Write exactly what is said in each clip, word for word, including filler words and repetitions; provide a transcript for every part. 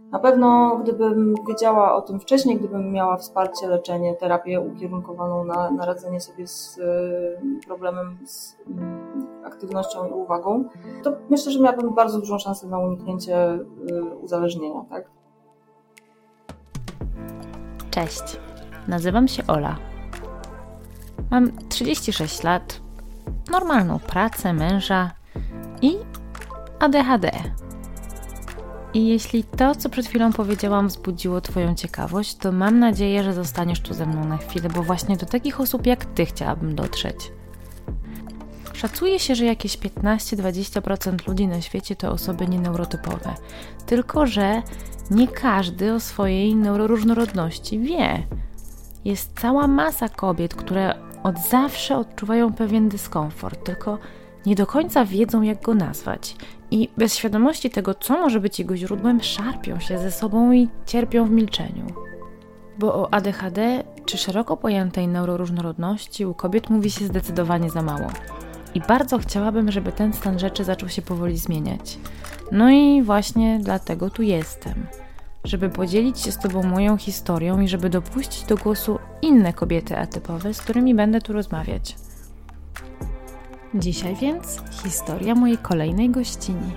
Na pewno gdybym wiedziała o tym wcześniej, gdybym miała wsparcie, leczenie, terapię ukierunkowaną na, na radzenie sobie z y, problemem z y, aktywnością i uwagą, to myślę, że miałabym bardzo dużą szansę na uniknięcie y, uzależnienia, tak? Cześć, nazywam się Ola. Mam trzydzieści sześć lat, normalną pracę, męża i A D H D. I jeśli to, co przed chwilą powiedziałam, wzbudziło Twoją ciekawość, to mam nadzieję, że zostaniesz tu ze mną na chwilę, bo właśnie do takich osób jak Ty chciałabym dotrzeć. Szacuje się, że jakieś piętnaście do dwudziestu procent ludzi na świecie to osoby nieneurotypowe. Tylko że nie każdy o swojej neuroróżnorodności wie. Jest cała masa kobiet, które od zawsze odczuwają pewien dyskomfort, tylko nie do końca wiedzą, jak go nazwać. I bez świadomości tego, co może być jego źródłem, szarpią się ze sobą i cierpią w milczeniu. Bo o A D H D czy szeroko pojętej neuroróżnorodności u kobiet mówi się zdecydowanie za mało. I bardzo chciałabym, żeby ten stan rzeczy zaczął się powoli zmieniać. No i właśnie dlatego tu jestem. Żeby podzielić się z Tobą moją historią i żeby dopuścić do głosu inne kobiety atypowe, z którymi będę tu rozmawiać. Dzisiaj więc historia mojej kolejnej gościni.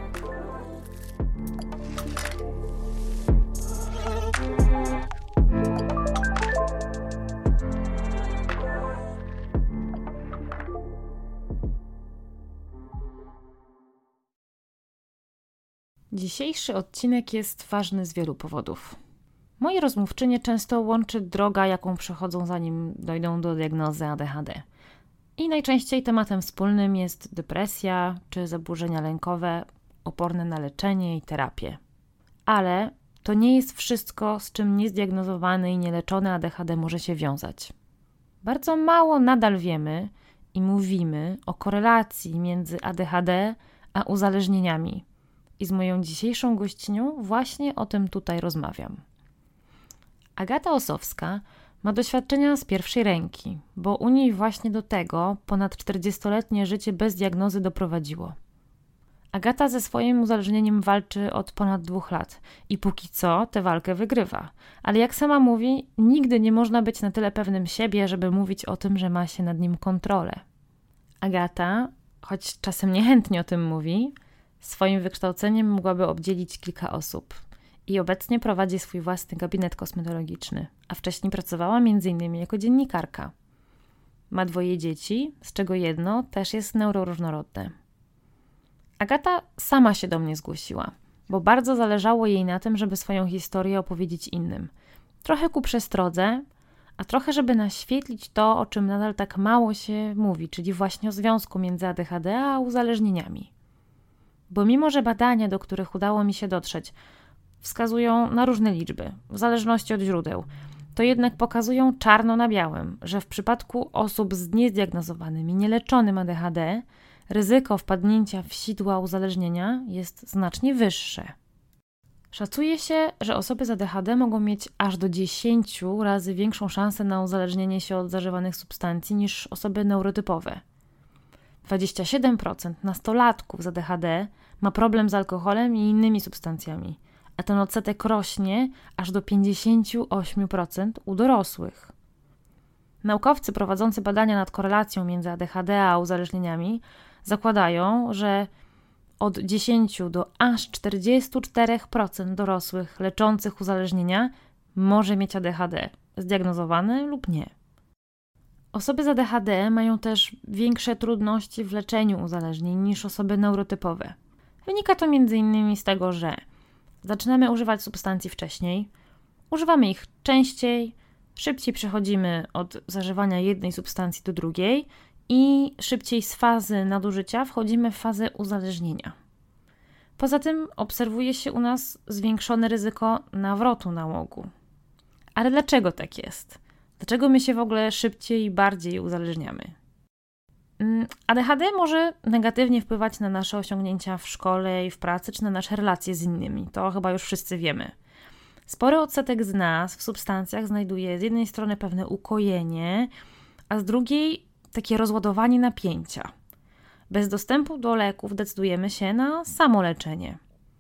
Dzisiejszy odcinek jest ważny z wielu powodów. Moje rozmówczynie często łączy droga, jaką przechodzą, zanim dojdą do diagnozy A D H D. I najczęściej tematem wspólnym jest depresja czy zaburzenia lękowe, oporne na leczenie i terapię. Ale to nie jest wszystko, z czym niezdiagnozowany i nieleczony A D H D może się wiązać. Bardzo mało nadal wiemy i mówimy o korelacji między A D H D a uzależnieniami. I z moją dzisiejszą gościnią właśnie o tym tutaj rozmawiam. Agata Osowska ma doświadczenia z pierwszej ręki, bo u niej właśnie do tego ponad czterdziestoletnie życie bez diagnozy doprowadziło. Agata ze swoim uzależnieniem walczy od ponad dwóch lat i póki co tę walkę wygrywa. Ale jak sama mówi, nigdy nie można być na tyle pewnym siebie, żeby mówić o tym, że ma się nad nim kontrolę. Agata, choć czasem niechętnie o tym mówi, swoim wykształceniem mogłaby obdzielić kilka osób i obecnie prowadzi swój własny gabinet kosmetologiczny, a wcześniej pracowała między innymi jako dziennikarka. Ma dwoje dzieci, z czego jedno też jest neuroróżnorodne. Agata sama się do mnie zgłosiła, bo bardzo zależało jej na tym, żeby swoją historię opowiedzieć innym. Trochę ku przestrodze, a trochę żeby naświetlić to, o czym nadal tak mało się mówi, czyli właśnie o związku między A D H D a uzależnieniami. Bo mimo, że badania, do których udało mi się dotrzeć, wskazują na różne liczby, w zależności od źródeł, to jednak pokazują czarno na białym, że w przypadku osób z niezdiagnozowanym i nieleczonym A D H D ryzyko wpadnięcia w sidła uzależnienia jest znacznie wyższe. Szacuje się, że osoby z A D H D mogą mieć aż do dziesięciu razy większą szansę na uzależnienie się od zażywanych substancji niż osoby neurotypowe. dwadzieścia siedem procent nastolatków z A D H D ma problem z alkoholem i innymi substancjami, a ten odsetek rośnie aż do pięćdziesiąt osiem procent u dorosłych. Naukowcy prowadzący badania nad korelacją między A D H D a uzależnieniami zakładają, że od dziesięciu do aż czterdziestu czterech procent dorosłych leczących uzależnienia może mieć A D H D, zdiagnozowane lub nie. Osoby z A D H D mają też większe trudności w leczeniu uzależnień niż osoby neurotypowe. Wynika to między innymi z tego, że zaczynamy używać substancji wcześniej, używamy ich częściej, szybciej przechodzimy od zażywania jednej substancji do drugiej i szybciej z fazy nadużycia wchodzimy w fazę uzależnienia. Poza tym obserwuje się u nas zwiększone ryzyko nawrotu nałogu. Ale dlaczego tak jest? Dlaczego my się w ogóle szybciej i bardziej uzależniamy? A D H D może negatywnie wpływać na nasze osiągnięcia w szkole i w pracy, czy na nasze relacje z innymi. To chyba już wszyscy wiemy. Spory odsetek z nas w substancjach znajduje z jednej strony pewne ukojenie, a z drugiej takie rozładowanie napięcia. Bez dostępu do leków decydujemy się na samoleczenie.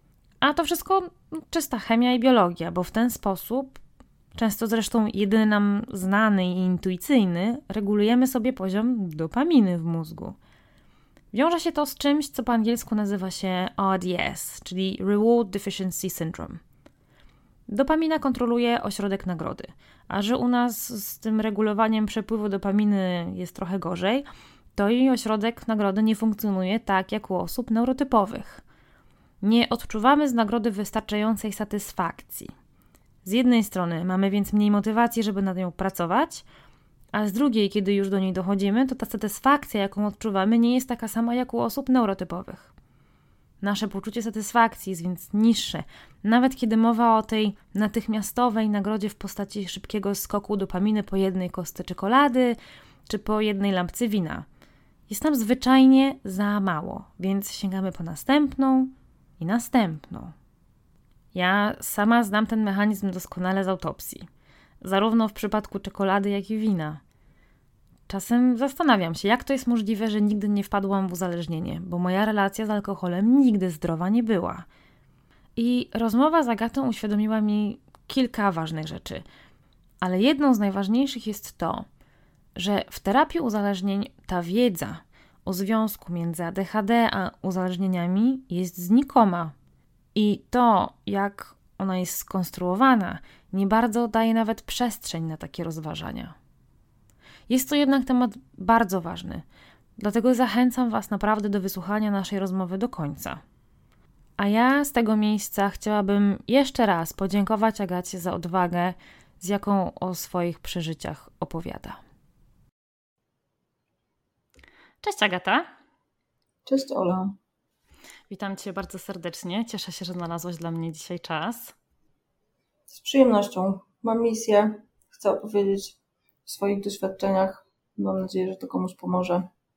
A to wszystko czysta chemia i biologia, bo w ten sposób, często zresztą jedyny nam znany i intuicyjny, regulujemy sobie poziom dopaminy w mózgu. Wiąże się to z czymś, co po angielsku nazywa się R D S, czyli Reward Deficiency Syndrome. Dopamina kontroluje ośrodek nagrody, a że u nas z tym regulowaniem przepływu dopaminy jest trochę gorzej, to i ośrodek nagrody nie funkcjonuje tak jak u osób neurotypowych. Nie odczuwamy z nagrody wystarczającej satysfakcji. Z jednej strony mamy więc mniej motywacji, żeby nad nią pracować, a z drugiej, kiedy już do niej dochodzimy, to ta satysfakcja, jaką odczuwamy, nie jest taka sama jak u osób neurotypowych. Nasze poczucie satysfakcji jest więc niższe, nawet kiedy mowa o tej natychmiastowej nagrodzie w postaci szybkiego skoku dopaminy po jednej kostce czekolady czy po jednej lampce wina. Jest nam zwyczajnie za mało, więc sięgamy po następną i następną. Ja sama znam ten mechanizm doskonale z autopsji, zarówno w przypadku czekolady, jak i wina. Czasem zastanawiam się, jak to jest możliwe, że nigdy nie wpadłam w uzależnienie, bo moja relacja z alkoholem nigdy zdrowa nie była. I rozmowa z Agatą uświadomiła mi kilka ważnych rzeczy, ale jedną z najważniejszych jest to, że w terapii uzależnień ta wiedza o związku między A D H D a uzależnieniami jest znikoma. I to, jak ona jest skonstruowana, nie bardzo daje nawet przestrzeń na takie rozważania. Jest to jednak temat bardzo ważny, dlatego zachęcam Was naprawdę do wysłuchania naszej rozmowy do końca. A ja z tego miejsca chciałabym jeszcze raz podziękować Agacie za odwagę, z jaką o swoich przeżyciach opowiada. Cześć Agata. Cześć Ola. Witam Cię bardzo serdecznie. Cieszę się, że znalazłaś dla mnie dzisiaj czas. Z przyjemnością. Mam misję. Chcę opowiedzieć o swoich doświadczeniach. Mam nadzieję, że to komuś pomoże.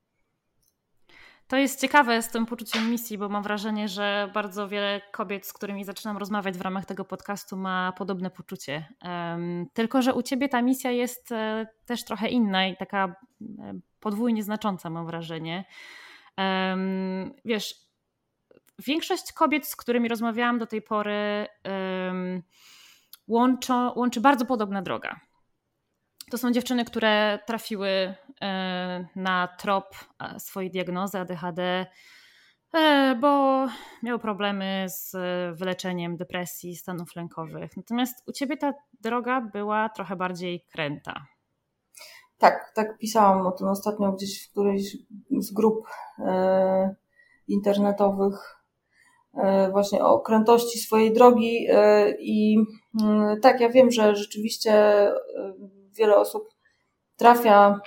To jest ciekawe z tym poczuciem misji, bo mam wrażenie, że bardzo wiele kobiet, z którymi zaczynam rozmawiać w ramach tego podcastu, ma podobne poczucie. Um, tylko że u Ciebie ta misja jest e, też trochę inna i taka e, podwójnie znacząca, mam wrażenie. Um, wiesz, większość kobiet, z którymi rozmawiałam do tej pory, um, łączą, łączy bardzo podobna droga. To są dziewczyny, które trafiły na trop swojej diagnozy A D H D, bo miały problemy z wyleczeniem depresji, stanów lękowych. Natomiast u Ciebie ta droga była trochę bardziej kręta. Tak, tak pisałam o tym ostatnio gdzieś w którejś z grup e, internetowych, e, właśnie o krętości swojej drogi e, i e, tak, ja wiem, że rzeczywiście e, wiele osób trafia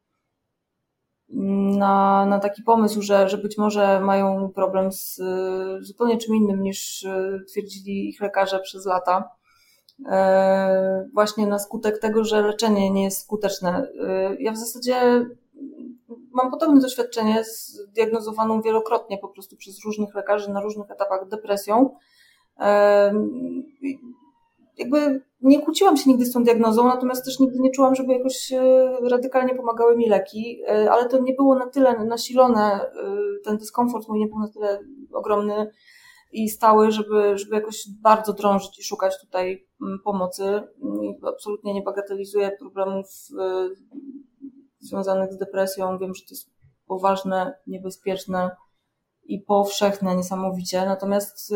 na, na taki pomysł, że, że być może mają problem z y, zupełnie czym innym niż y, twierdzili ich lekarze przez lata. Y, właśnie na skutek tego, że leczenie nie jest skuteczne. Y, ja w zasadzie mam podobne doświadczenie z diagnozowaną wielokrotnie po prostu przez różnych lekarzy na różnych etapach depresją. Y, jakby nie kłóciłam się nigdy z tą diagnozą, natomiast też nigdy nie czułam, żeby jakoś radykalnie pomagały mi leki, ale to nie było na tyle nasilone, ten dyskomfort mój nie był na tyle ogromny i stały, żeby, żeby jakoś bardzo drążyć i szukać tutaj pomocy. Absolutnie nie bagatelizuję problemów związanych z depresją. Wiem, że to jest poważne, niebezpieczne i powszechne niesamowicie, natomiast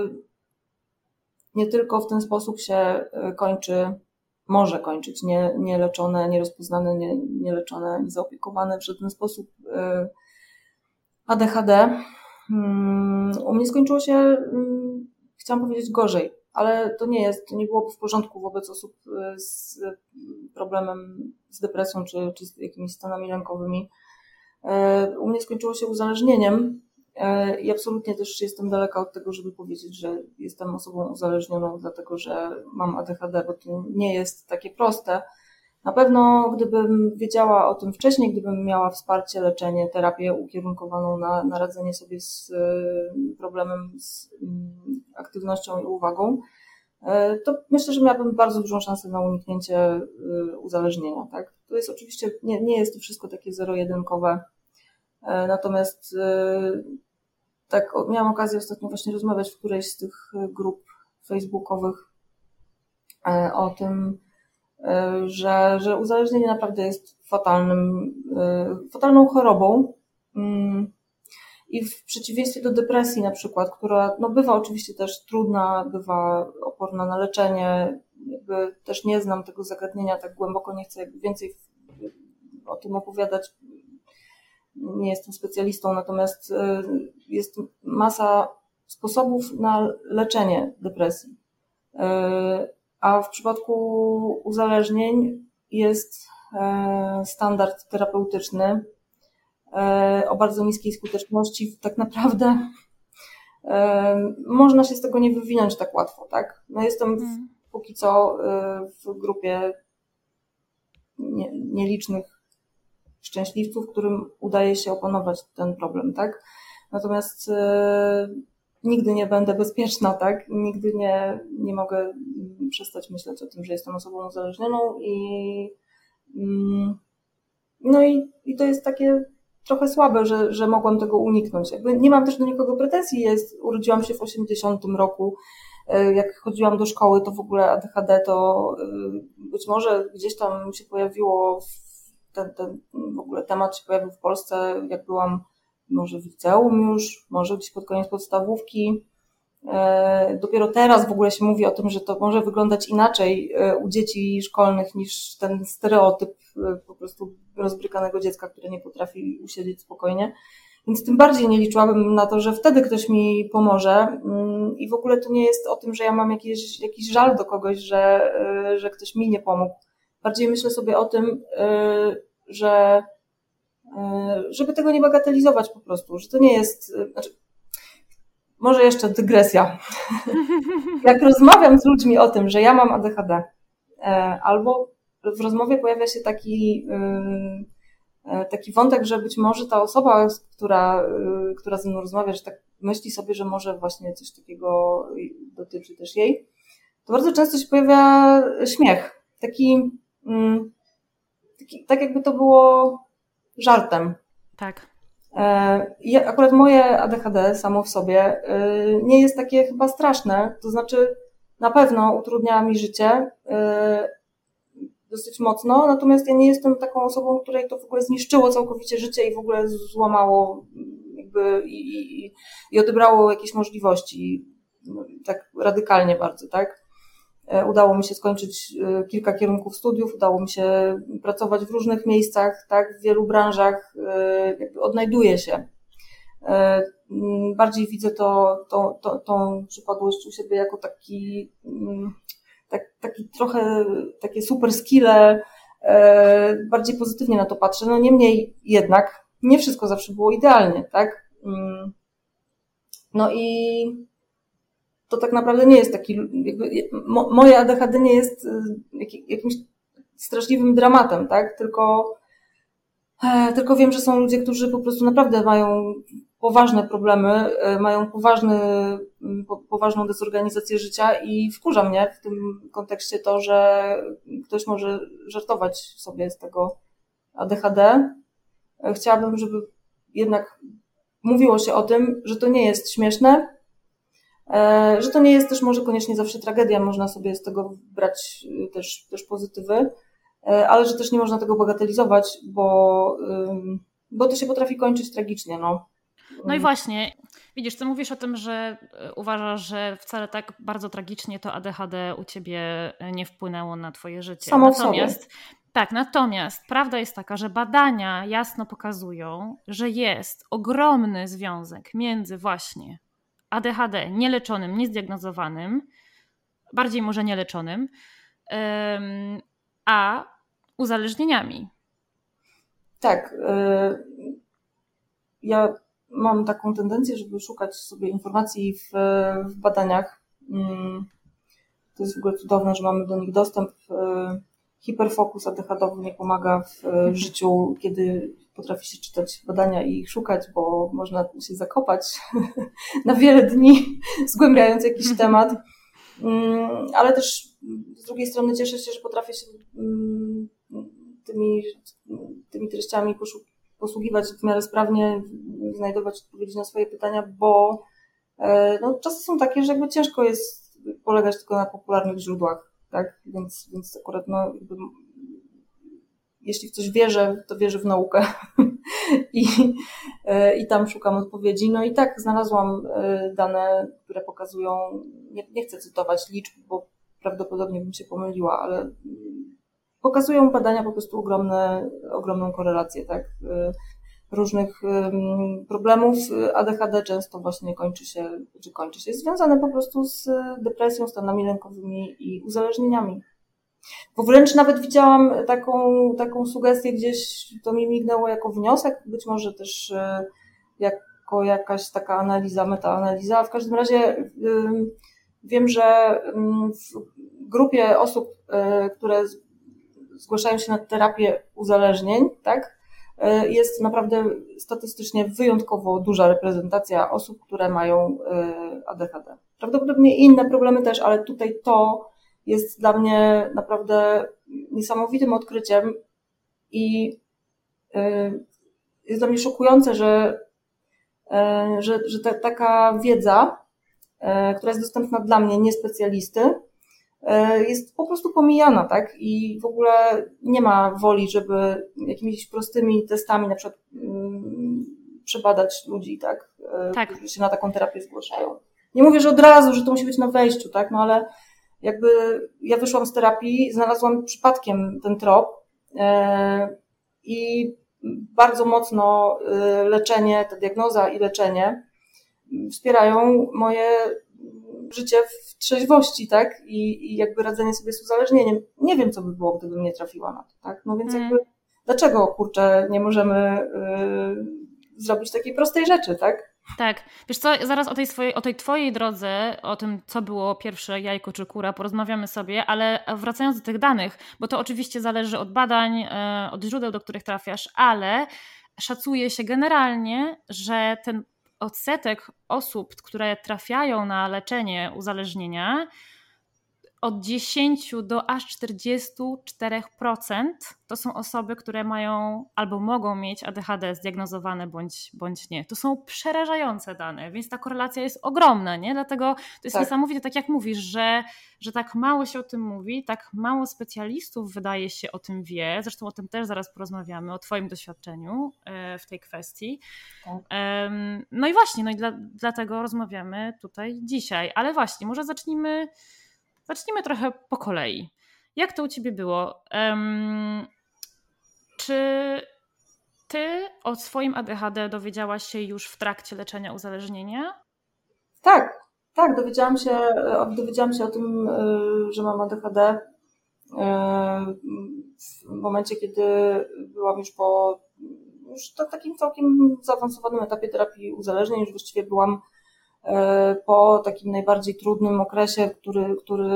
nie tylko w ten sposób się kończy, może kończyć nie, nieleczone, nierozpoznane, nie, nieleczone, niezaopiekowane w żaden sposób A D H D. U mnie skończyło się, chciałam powiedzieć, gorzej, ale to nie jest, to nie byłoby w porządku wobec osób z problemem, z depresją czy, czy z jakimiś stanami lękowymi. U mnie skończyło się uzależnieniem. I absolutnie też jestem daleka od tego, żeby powiedzieć, że jestem osobą uzależnioną, dlatego że mam A D H D, bo to nie jest takie proste. Na pewno gdybym wiedziała o tym wcześniej, gdybym miała wsparcie, leczenie, terapię ukierunkowaną na, na radzenie sobie z problemem z aktywnością i uwagą, to myślę, że miałabym bardzo dużą szansę na uniknięcie uzależnienia. Tak? To jest oczywiście, nie, nie jest to wszystko takie zero-jedynkowe, natomiast tak miałam okazję ostatnio właśnie rozmawiać w którejś z tych grup facebookowych o tym, że, że uzależnienie naprawdę jest fatalnym, fatalną chorobą. I w przeciwieństwie do depresji na przykład, która no, bywa oczywiście też trudna, bywa oporna na leczenie, jakby też nie znam tego zagadnienia tak głęboko, nie chcę więcej o tym opowiadać, nie jestem specjalistą, natomiast jest masa sposobów na leczenie depresji. A w przypadku uzależnień jest standard terapeutyczny o bardzo niskiej skuteczności. Tak naprawdę można się z tego nie wywinąć tak łatwo, tak? No jestem w, póki co w grupie nie, nielicznych szczęśliwców, którym udaje się opanować ten problem, tak? Natomiast nigdy nie będę bezpieczna, tak? Nigdy nie, nie mogę przestać myśleć o tym, że jestem osobą uzależnioną i no i, i to jest takie trochę słabe, że, że mogłam tego uniknąć. Jakby nie mam też do nikogo pretensji. Jest, urodziłam się w osiemdziesiątym roku. Jak chodziłam do szkoły, to w ogóle A D H D to być może gdzieś tam się pojawiło, ten, ten w ogóle temat się pojawił w Polsce, jak byłam może w liceum już, może gdzieś pod koniec podstawówki. Dopiero teraz w ogóle się mówi o tym, że to może wyglądać inaczej u dzieci szkolnych niż ten stereotyp po prostu rozbrykanego dziecka, które nie potrafi usiedzieć spokojnie. Więc tym bardziej nie liczyłabym na to, że wtedy ktoś mi pomoże. I w ogóle to nie jest o tym, że ja mam jakiś, jakiś żal do kogoś, że, że ktoś mi nie pomógł. Bardziej myślę sobie o tym, że żeby tego nie bagatelizować po prostu, że to nie jest... Znaczy, może jeszcze dygresja. Jak rozmawiam z ludźmi o tym, że ja mam A D H D, albo w rozmowie pojawia się taki, taki wątek, że być może ta osoba, która, która ze mną rozmawia, że tak myśli sobie, że może właśnie coś takiego dotyczy też jej, to bardzo często się pojawia śmiech. Taki, taki tak jakby to było żartem. Tak. I akurat moje A D H D samo w sobie nie jest takie chyba straszne, to znaczy na pewno utrudnia mi życie dosyć mocno, natomiast ja nie jestem taką osobą, której to w ogóle zniszczyło całkowicie życie i w ogóle złamało jakby i, i, i odebrało jakieś możliwości tak radykalnie bardzo, tak? Udało mi się skończyć kilka kierunków studiów, udało mi się pracować w różnych miejscach, tak, w wielu branżach, jakby odnajduję się. Bardziej widzę to, to, to, tą przypadłość u siebie jako taki, tak, taki trochę, takie super skille, bardziej pozytywnie na to patrzę. No niemniej jednak nie wszystko zawsze było idealnie, tak? No i to tak naprawdę nie jest taki, jakby, mo, moje A D H D nie jest jakimś straszliwym dramatem, tak? Tylko, e, tylko wiem, że są ludzie, którzy po prostu naprawdę mają poważne problemy, e, mają poważny, po, poważną dezorganizację życia i wkurza mnie w tym kontekście to, że ktoś może żartować sobie z tego A D H D. E, chciałabym, żeby jednak mówiło się o tym, że to nie jest śmieszne, że to nie jest też może koniecznie zawsze tragedia, można sobie z tego brać też, też pozytywy, ale że też nie można tego bagatelizować, bo, bo to się potrafi kończyć tragicznie. No. No i właśnie, widzisz, ty mówisz o tym, że uważasz, że wcale tak bardzo tragicznie to A D H D u ciebie nie wpłynęło na twoje życie. Samo w natomiast, sobie. Tak, natomiast prawda jest taka, że badania jasno pokazują, że jest ogromny związek między właśnie A D H D nieleczonym, niezdiagnozowanym, bardziej może nieleczonym, a uzależnieniami. Tak. Ja mam taką tendencję, żeby szukać sobie informacji w, w badaniach. To jest w ogóle cudowne, że mamy do nich dostęp. Hiperfokus A D H D-owy nie pomaga w życiu, kiedy potrafi się czytać badania i ich szukać, bo można się zakopać na wiele dni, zgłębiając jakiś temat. Ale też z drugiej strony cieszę się, że potrafię się tymi, tymi treściami posługiwać w miarę sprawnie, znajdować odpowiedzi na swoje pytania, bo no, czasy są takie, że jakby ciężko jest polegać tylko na popularnych źródłach, tak? Więc, więc akurat no, jakby, jeśli w coś wierzę, to wierzę w naukę I, i tam szukam odpowiedzi. No i tak znalazłam dane, które pokazują, nie, nie chcę cytować liczb, bo prawdopodobnie bym się pomyliła, ale pokazują badania po prostu ogromne, ogromną korelację, tak? Różnych problemów. A D H D często właśnie kończy się, czy kończy się, jest związane po prostu z depresją, stanami lękowymi i uzależnieniami. Bo wręcz nawet widziałam taką, taką sugestię gdzieś, to mi mignęło jako wniosek, być może też jako jakaś taka analiza, metaanaliza. W każdym razie wiem, że w grupie osób, które zgłaszają się na terapię uzależnień, tak, jest naprawdę statystycznie wyjątkowo duża reprezentacja osób, które mają A D H D. Prawdopodobnie inne problemy też, ale tutaj to jest dla mnie naprawdę niesamowitym odkryciem i jest dla mnie szokujące, że, że, że ta, taka wiedza, która jest dostępna dla mnie, nie specjalisty, jest po prostu pomijana, tak? I w ogóle nie ma woli, żeby jakimiś prostymi testami na przykład um, przebadać ludzi, tak? Tak. Którzy się na taką terapię zgłaszają. Nie mówię, że od razu, że to musi być na wejściu, tak? No ale jakby ja wyszłam z terapii, znalazłam przypadkiem ten trop e, i bardzo mocno leczenie, ta diagnoza i leczenie wspierają moje życie w trzeźwości, tak? I, i jakby radzenie sobie z uzależnieniem. Nie wiem, co by było, gdybym nie trafiła na to, tak? No więc jakby, mm. dlaczego, kurczę, nie możemy y, zrobić takiej prostej rzeczy, tak? Tak. Wiesz co, zaraz o tej, swojej, o tej twojej drodze, o tym, co było pierwsze, jajko czy kura, porozmawiamy sobie, ale wracając do tych danych, bo to oczywiście zależy od badań, y, od źródeł, do których trafiasz, ale szacuje się generalnie, że ten odsetek osób, które trafiają na leczenie uzależnienia, od dziesięć do aż czterdzieści cztery procent to są osoby, które mają albo mogą mieć A D H D zdiagnozowane bądź, bądź nie. To są przerażające dane, więc ta korelacja jest ogromna, nie? Dlatego to jest tak. Niesamowite, tak jak mówisz, że, że tak mało się o tym mówi, tak mało specjalistów wydaje się o tym wie, zresztą o tym też zaraz porozmawiamy, o twoim doświadczeniu w tej kwestii. Tak. No i właśnie, no i dla, dlatego rozmawiamy tutaj dzisiaj, ale właśnie, może zacznijmy Zacznijmy trochę po kolei. Jak to u ciebie było? Um, czy ty o swoim A D H D dowiedziałaś się już w trakcie leczenia uzależnienia? Tak, tak, dowiedziałam się, dowiedziałam się o tym, że mam A D H D w momencie, kiedy byłam już po już na takim całkiem zaawansowanym etapie terapii uzależnień, już właściwie byłam po takim najbardziej trudnym okresie, który, który,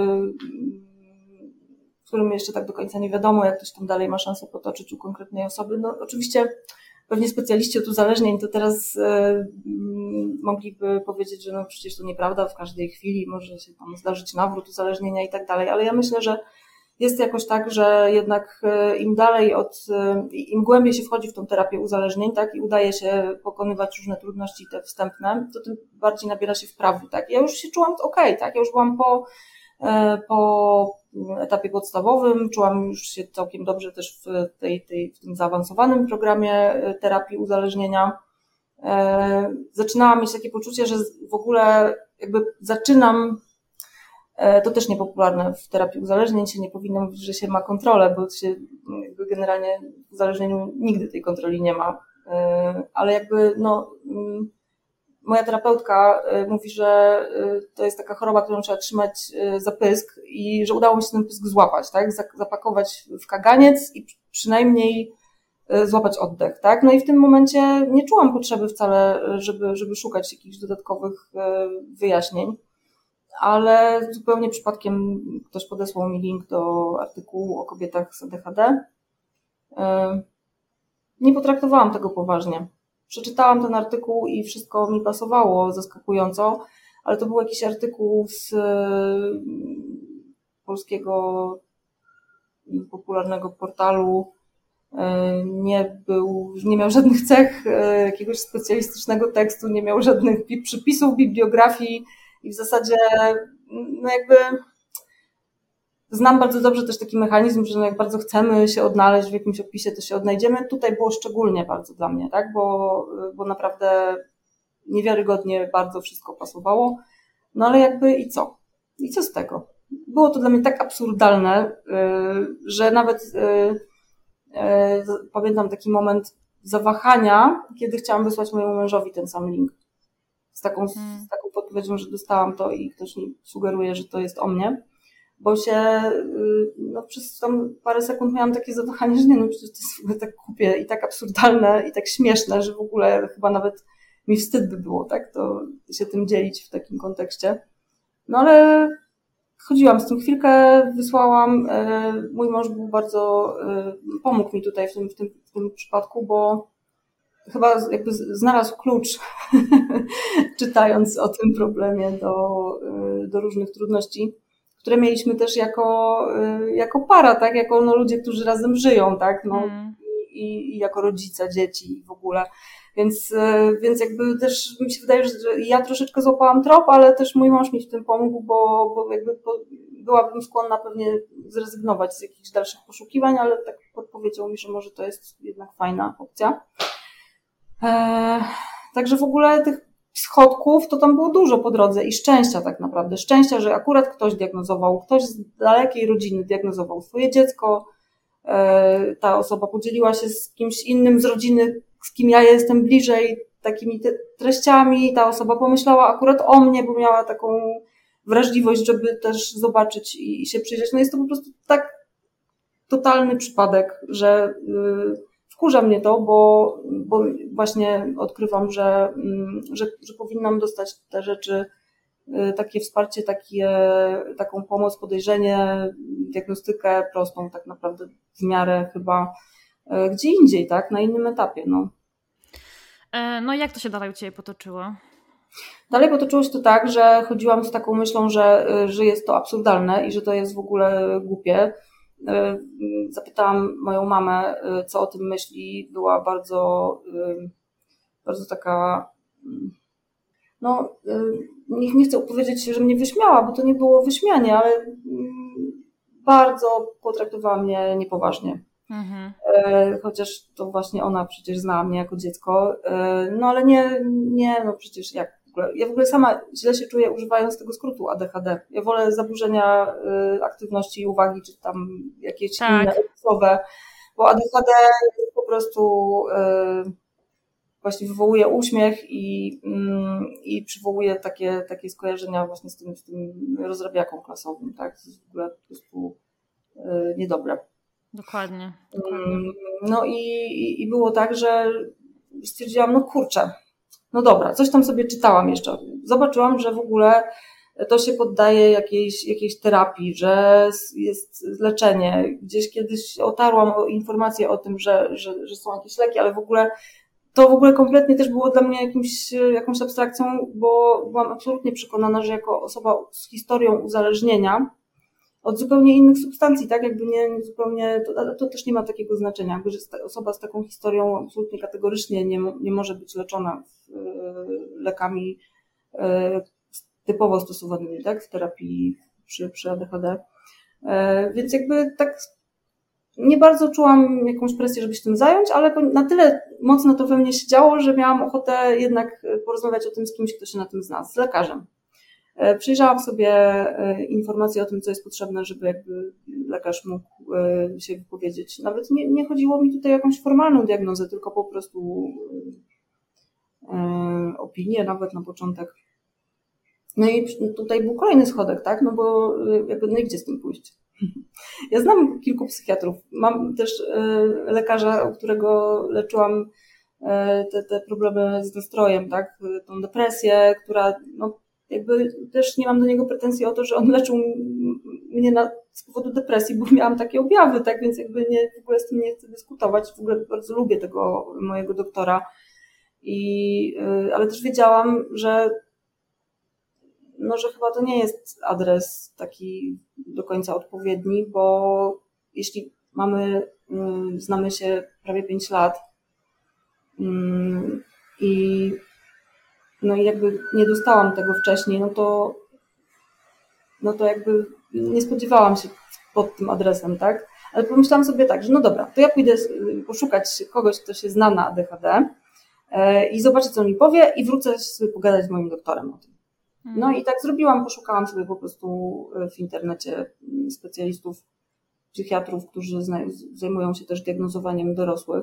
w którym jeszcze tak do końca nie wiadomo, jak to się tam dalej ma szansę potoczyć u konkretnej osoby. No oczywiście pewnie specjaliści od uzależnień to teraz e, mogliby powiedzieć, że no przecież to nieprawda, w każdej chwili może się tam zdarzyć nawrót uzależnienia i tak dalej, ale ja myślę, że jest jakoś tak, że jednak im dalej od, im głębiej się wchodzi w tą terapię uzależnień, tak, i udaje się pokonywać różne trudności te wstępne, to tym bardziej nabiera się wprawy, tak. Ja już się czułam okej, tak, ja już byłam po, po etapie podstawowym, czułam już się całkiem dobrze też w tej, tej, w tym zaawansowanym programie terapii uzależnienia. Zaczynałam mieć takie poczucie, że w ogóle jakby zaczynam. To też niepopularne w terapii uzależnień, się nie powinno mówić, że się ma kontrolę, bo się jakby generalnie w uzależnieniu nigdy tej kontroli nie ma. Ale jakby no, moja terapeutka mówi, że to jest taka choroba, którą trzeba trzymać za pysk i że udało mi się ten pysk złapać, tak? Zapakować w kaganiec i przynajmniej złapać oddech, tak? No i w tym momencie nie czułam potrzeby wcale, żeby, żeby szukać jakichś dodatkowych wyjaśnień. Ale zupełnie przypadkiem ktoś podesłał mi link do artykułu o kobietach z A D H D. Nie potraktowałam tego poważnie. Przeczytałam ten artykuł i wszystko mi pasowało zaskakująco, ale to był jakiś artykuł z polskiego popularnego portalu nie był, nie miał żadnych cech jakiegoś specjalistycznego tekstu, nie miał żadnych przypisów, bibliografii i w zasadzie no jakby znam bardzo dobrze też taki mechanizm, że jak bardzo chcemy się odnaleźć w jakimś opisie, to się odnajdziemy. Tutaj było szczególnie bardzo dla mnie, tak, bo, bo naprawdę niewiarygodnie bardzo wszystko pasowało. No ale jakby i co? I co z tego? Było to dla mnie tak absurdalne, że nawet pamiętam taki moment zawahania, kiedy chciałam wysłać mojemu mężowi ten sam link. Z taką, z taką podpowiedzią, że dostałam to i ktoś mi sugeruje, że to jest o mnie. Bo się, no przez tam parę sekund miałam takie zawahanie, że nie, no przecież to jest w ogóle tak głupie i tak absurdalne i tak śmieszne, że w ogóle chyba nawet mi wstyd by było, tak, to się tym dzielić w takim kontekście. No ale chodziłam z tym chwilkę, wysłałam, mój mąż był bardzo, pomógł mi tutaj w tym, w tym, w tym przypadku, bo chyba jakby znalazł klucz, czytając o tym problemie do, do różnych trudności, które mieliśmy też jako, jako para, tak, jako no, ludzie, którzy razem żyją, tak, no, mm. i, i jako rodzice, dzieci w ogóle. Więc, więc jakby też mi się wydaje, że ja troszeczkę złapałam trop, ale też mój mąż mi w tym pomógł, bo, bo jakby po, byłabym skłonna pewnie zrezygnować z jakichś dalszych poszukiwań, ale tak podpowiedział mi, że może to jest jednak fajna opcja. Eee, także w ogóle tych schodków to tam było dużo po drodze i szczęścia tak naprawdę. Szczęścia, że akurat ktoś diagnozował, ktoś z dalekiej rodziny diagnozował swoje dziecko, eee, ta osoba podzieliła się z kimś innym z rodziny, z kim ja jestem bliżej, takimi treściami, ta osoba pomyślała akurat o mnie, bo miała taką wrażliwość, żeby też zobaczyć i się przyjrzeć. No jest to po prostu tak totalny przypadek, że yy, wkurza mnie to, bo, bo właśnie odkrywam, że, yy, że, że powinnam dostać te rzeczy, yy, takie wsparcie, takie, taką pomoc, podejrzenie, diagnostykę prostą tak naprawdę w miarę chyba yy, gdzie indziej, tak, na innym etapie, no. No i jak to się dalej u Ciebie potoczyło? Dalej potoczyło się to tak, że chodziłam z taką myślą, że, że jest to absurdalne i że to jest w ogóle głupie. Zapytałam moją mamę, co o tym myśli. Była bardzo, bardzo taka, no nie, nie chcę powiedzieć, że mnie wyśmiała, bo to nie było wyśmianie, ale bardzo potraktowała mnie niepoważnie. Mhm. Chociaż to właśnie ona przecież znała mnie jako dziecko, no ale nie, nie, no przecież jak w ogóle, ja w ogóle sama źle się czuję używając tego skrótu A D H D. Ja wolę zaburzenia aktywności i uwagi, czy tam jakieś tak. inne opisowe, bo A D H D po prostu właśnie wywołuje uśmiech i, i przywołuje takie, takie skojarzenia właśnie z tym, z tym rozrabiaką klasowym, tak? To jest w ogóle po prostu niedobre. Dokładnie, dokładnie. No i, i było tak, że stwierdziłam, no kurczę, no dobra, coś tam sobie czytałam jeszcze. Zobaczyłam, że w ogóle to się poddaje jakiejś, jakiejś terapii, że jest leczenie. Gdzieś kiedyś otarłam o informacje o tym, że, że, że są jakieś leki, ale w ogóle to w ogóle kompletnie też było dla mnie jakimś, jakąś abstrakcją, bo byłam absolutnie przekonana, że jako osoba z historią uzależnienia od zupełnie innych substancji, tak, jakby nie, nie zupełnie, to, ale to też nie ma takiego znaczenia, jakby, że osoba z taką historią absolutnie kategorycznie nie, nie może być leczona w, lekami typowo stosowanymi, tak, w terapii przy, przy A D H D. Więc jakby tak nie bardzo czułam jakąś presję, żeby się tym zająć, ale na tyle mocno to we mnie się działo, że miałam ochotę jednak porozmawiać o tym z kimś, kto się na tym zna, z lekarzem. Przyjrzałam sobie informacje o tym, co jest potrzebne, żeby jakby lekarz mógł się wypowiedzieć. Nawet nie, nie chodziło mi tutaj o jakąś formalną diagnozę, tylko po prostu opinię nawet na początek. No i tutaj był kolejny schodek, tak? No bo jakby, no i gdzie z tym pójść? Ja znam kilku psychiatrów. Mam też lekarza, u którego leczyłam te, te problemy z nastrojem, tak? Tą depresję, która, no, jakby też nie mam do niego pretensji o to, że on leczył mnie na, z powodu depresji, bo miałam takie objawy, tak, więc jakby nie, w ogóle z tym nie chcę dyskutować, w ogóle bardzo lubię tego mojego doktora, i, ale też wiedziałam, że no, że chyba to nie jest adres taki do końca odpowiedni, bo jeśli mamy, znamy się prawie pięć lat i no i jakby nie dostałam tego wcześniej, no to no to jakby nie spodziewałam się pod tym adresem, tak? Ale pomyślałam sobie tak, że no dobra, to ja pójdę poszukać kogoś, kto się zna na A D H D i zobaczę, co on mi powie i wrócę sobie pogadać z moim doktorem o tym. No i tak zrobiłam, poszukałam sobie po prostu w internecie specjalistów, psychiatrów, którzy zajmują się też diagnozowaniem dorosłych.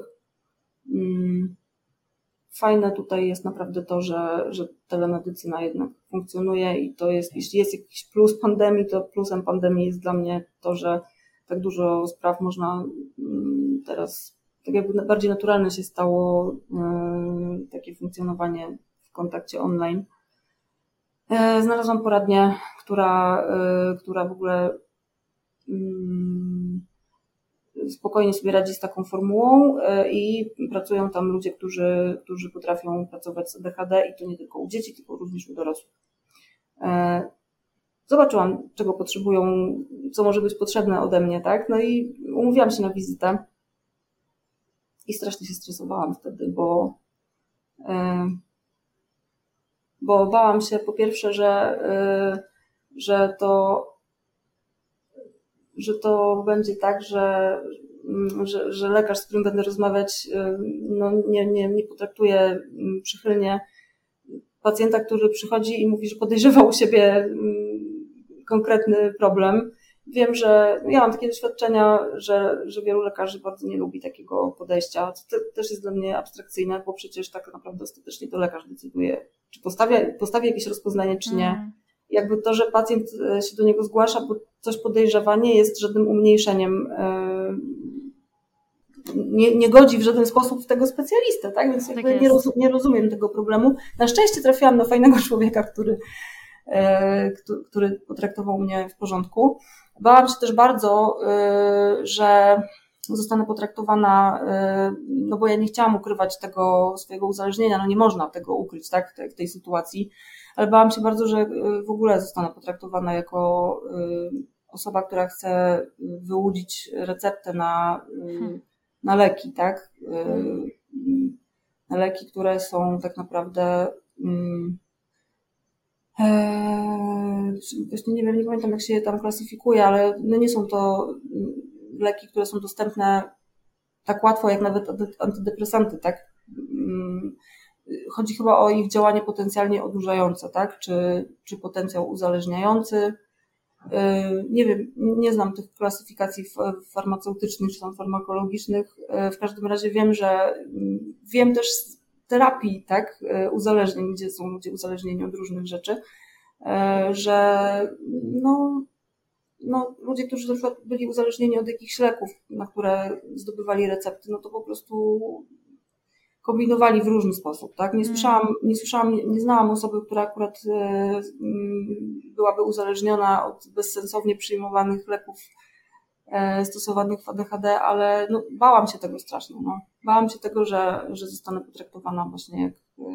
Fajne tutaj jest naprawdę to, że, że telemedycyna jednak funkcjonuje i to jest, jeśli jest jakiś plus pandemii, to plusem pandemii jest dla mnie to, że tak dużo spraw można teraz, tak jakby bardziej naturalne się stało yy, takie funkcjonowanie w kontakcie online. Yy, znalazłam poradnię, która, yy, która w ogóle yy, spokojnie sobie radzi z taką formułą i pracują tam ludzie, którzy, którzy potrafią pracować z A D H D i to nie tylko u dzieci, tylko również u dorosłych. Zobaczyłam, czego potrzebują, co może być potrzebne ode mnie, tak? No i umówiłam się na wizytę i strasznie się stresowałam wtedy, bo, bo bałam się po pierwsze, że, że to że to będzie tak, że, że, że lekarz, z którym będę rozmawiać, no nie, nie, nie potraktuje przychylnie pacjenta, który przychodzi i mówi, że podejrzewa u siebie konkretny problem. Wiem, że ja mam takie doświadczenia, że, że wielu lekarzy bardzo nie lubi takiego podejścia. To też jest dla mnie abstrakcyjne, bo przecież tak naprawdę ostatecznie to lekarz decyduje, czy postawi, postawi jakieś rozpoznanie, czy nie. Mm. Jakby to, że pacjent się do niego zgłasza, bo coś podejrzewa, nie jest żadnym umniejszeniem, nie, nie godzi w żaden sposób w tego specjalistę, tak? Więc jakby tak nie, rozum, nie rozumiem tego problemu. Na szczęście trafiłam na fajnego człowieka, który, który potraktował mnie w porządku. Bałam się też bardzo, że zostanę potraktowana, no bo ja nie chciałam ukrywać tego swojego uzależnienia, no nie można tego ukryć, tak, w tej sytuacji, ale bałam się bardzo, że w ogóle zostanę potraktowana jako osoba, która chce wyłudzić receptę na, na leki, tak, na leki, które są tak naprawdę, właśnie nie wiem, nie pamiętam jak się je tam klasyfikuje, ale no nie są to leki, które są dostępne tak łatwo jak nawet antydepresanty, tak? Chodzi chyba o ich działanie potencjalnie odurzające, tak? Czy, czy potencjał uzależniający. Nie wiem, nie znam tych klasyfikacji farmaceutycznych czy tam farmakologicznych. W każdym razie wiem, że wiem też z terapii, tak? Uzależnień, gdzie są ludzie uzależnieni od różnych rzeczy, że no no, ludzie, którzy na przykład byli uzależnieni od jakichś leków, na które zdobywali recepty, no to po prostu kombinowali w różny sposób, tak? Nie słyszałam, nie słyszałam, nie, nie znałam osoby, która akurat e, byłaby uzależniona od bezsensownie przyjmowanych leków e, stosowanych w A D H D, ale no, bałam się tego strasznie, no. Bałam się tego, że, że zostanę potraktowana właśnie jak e,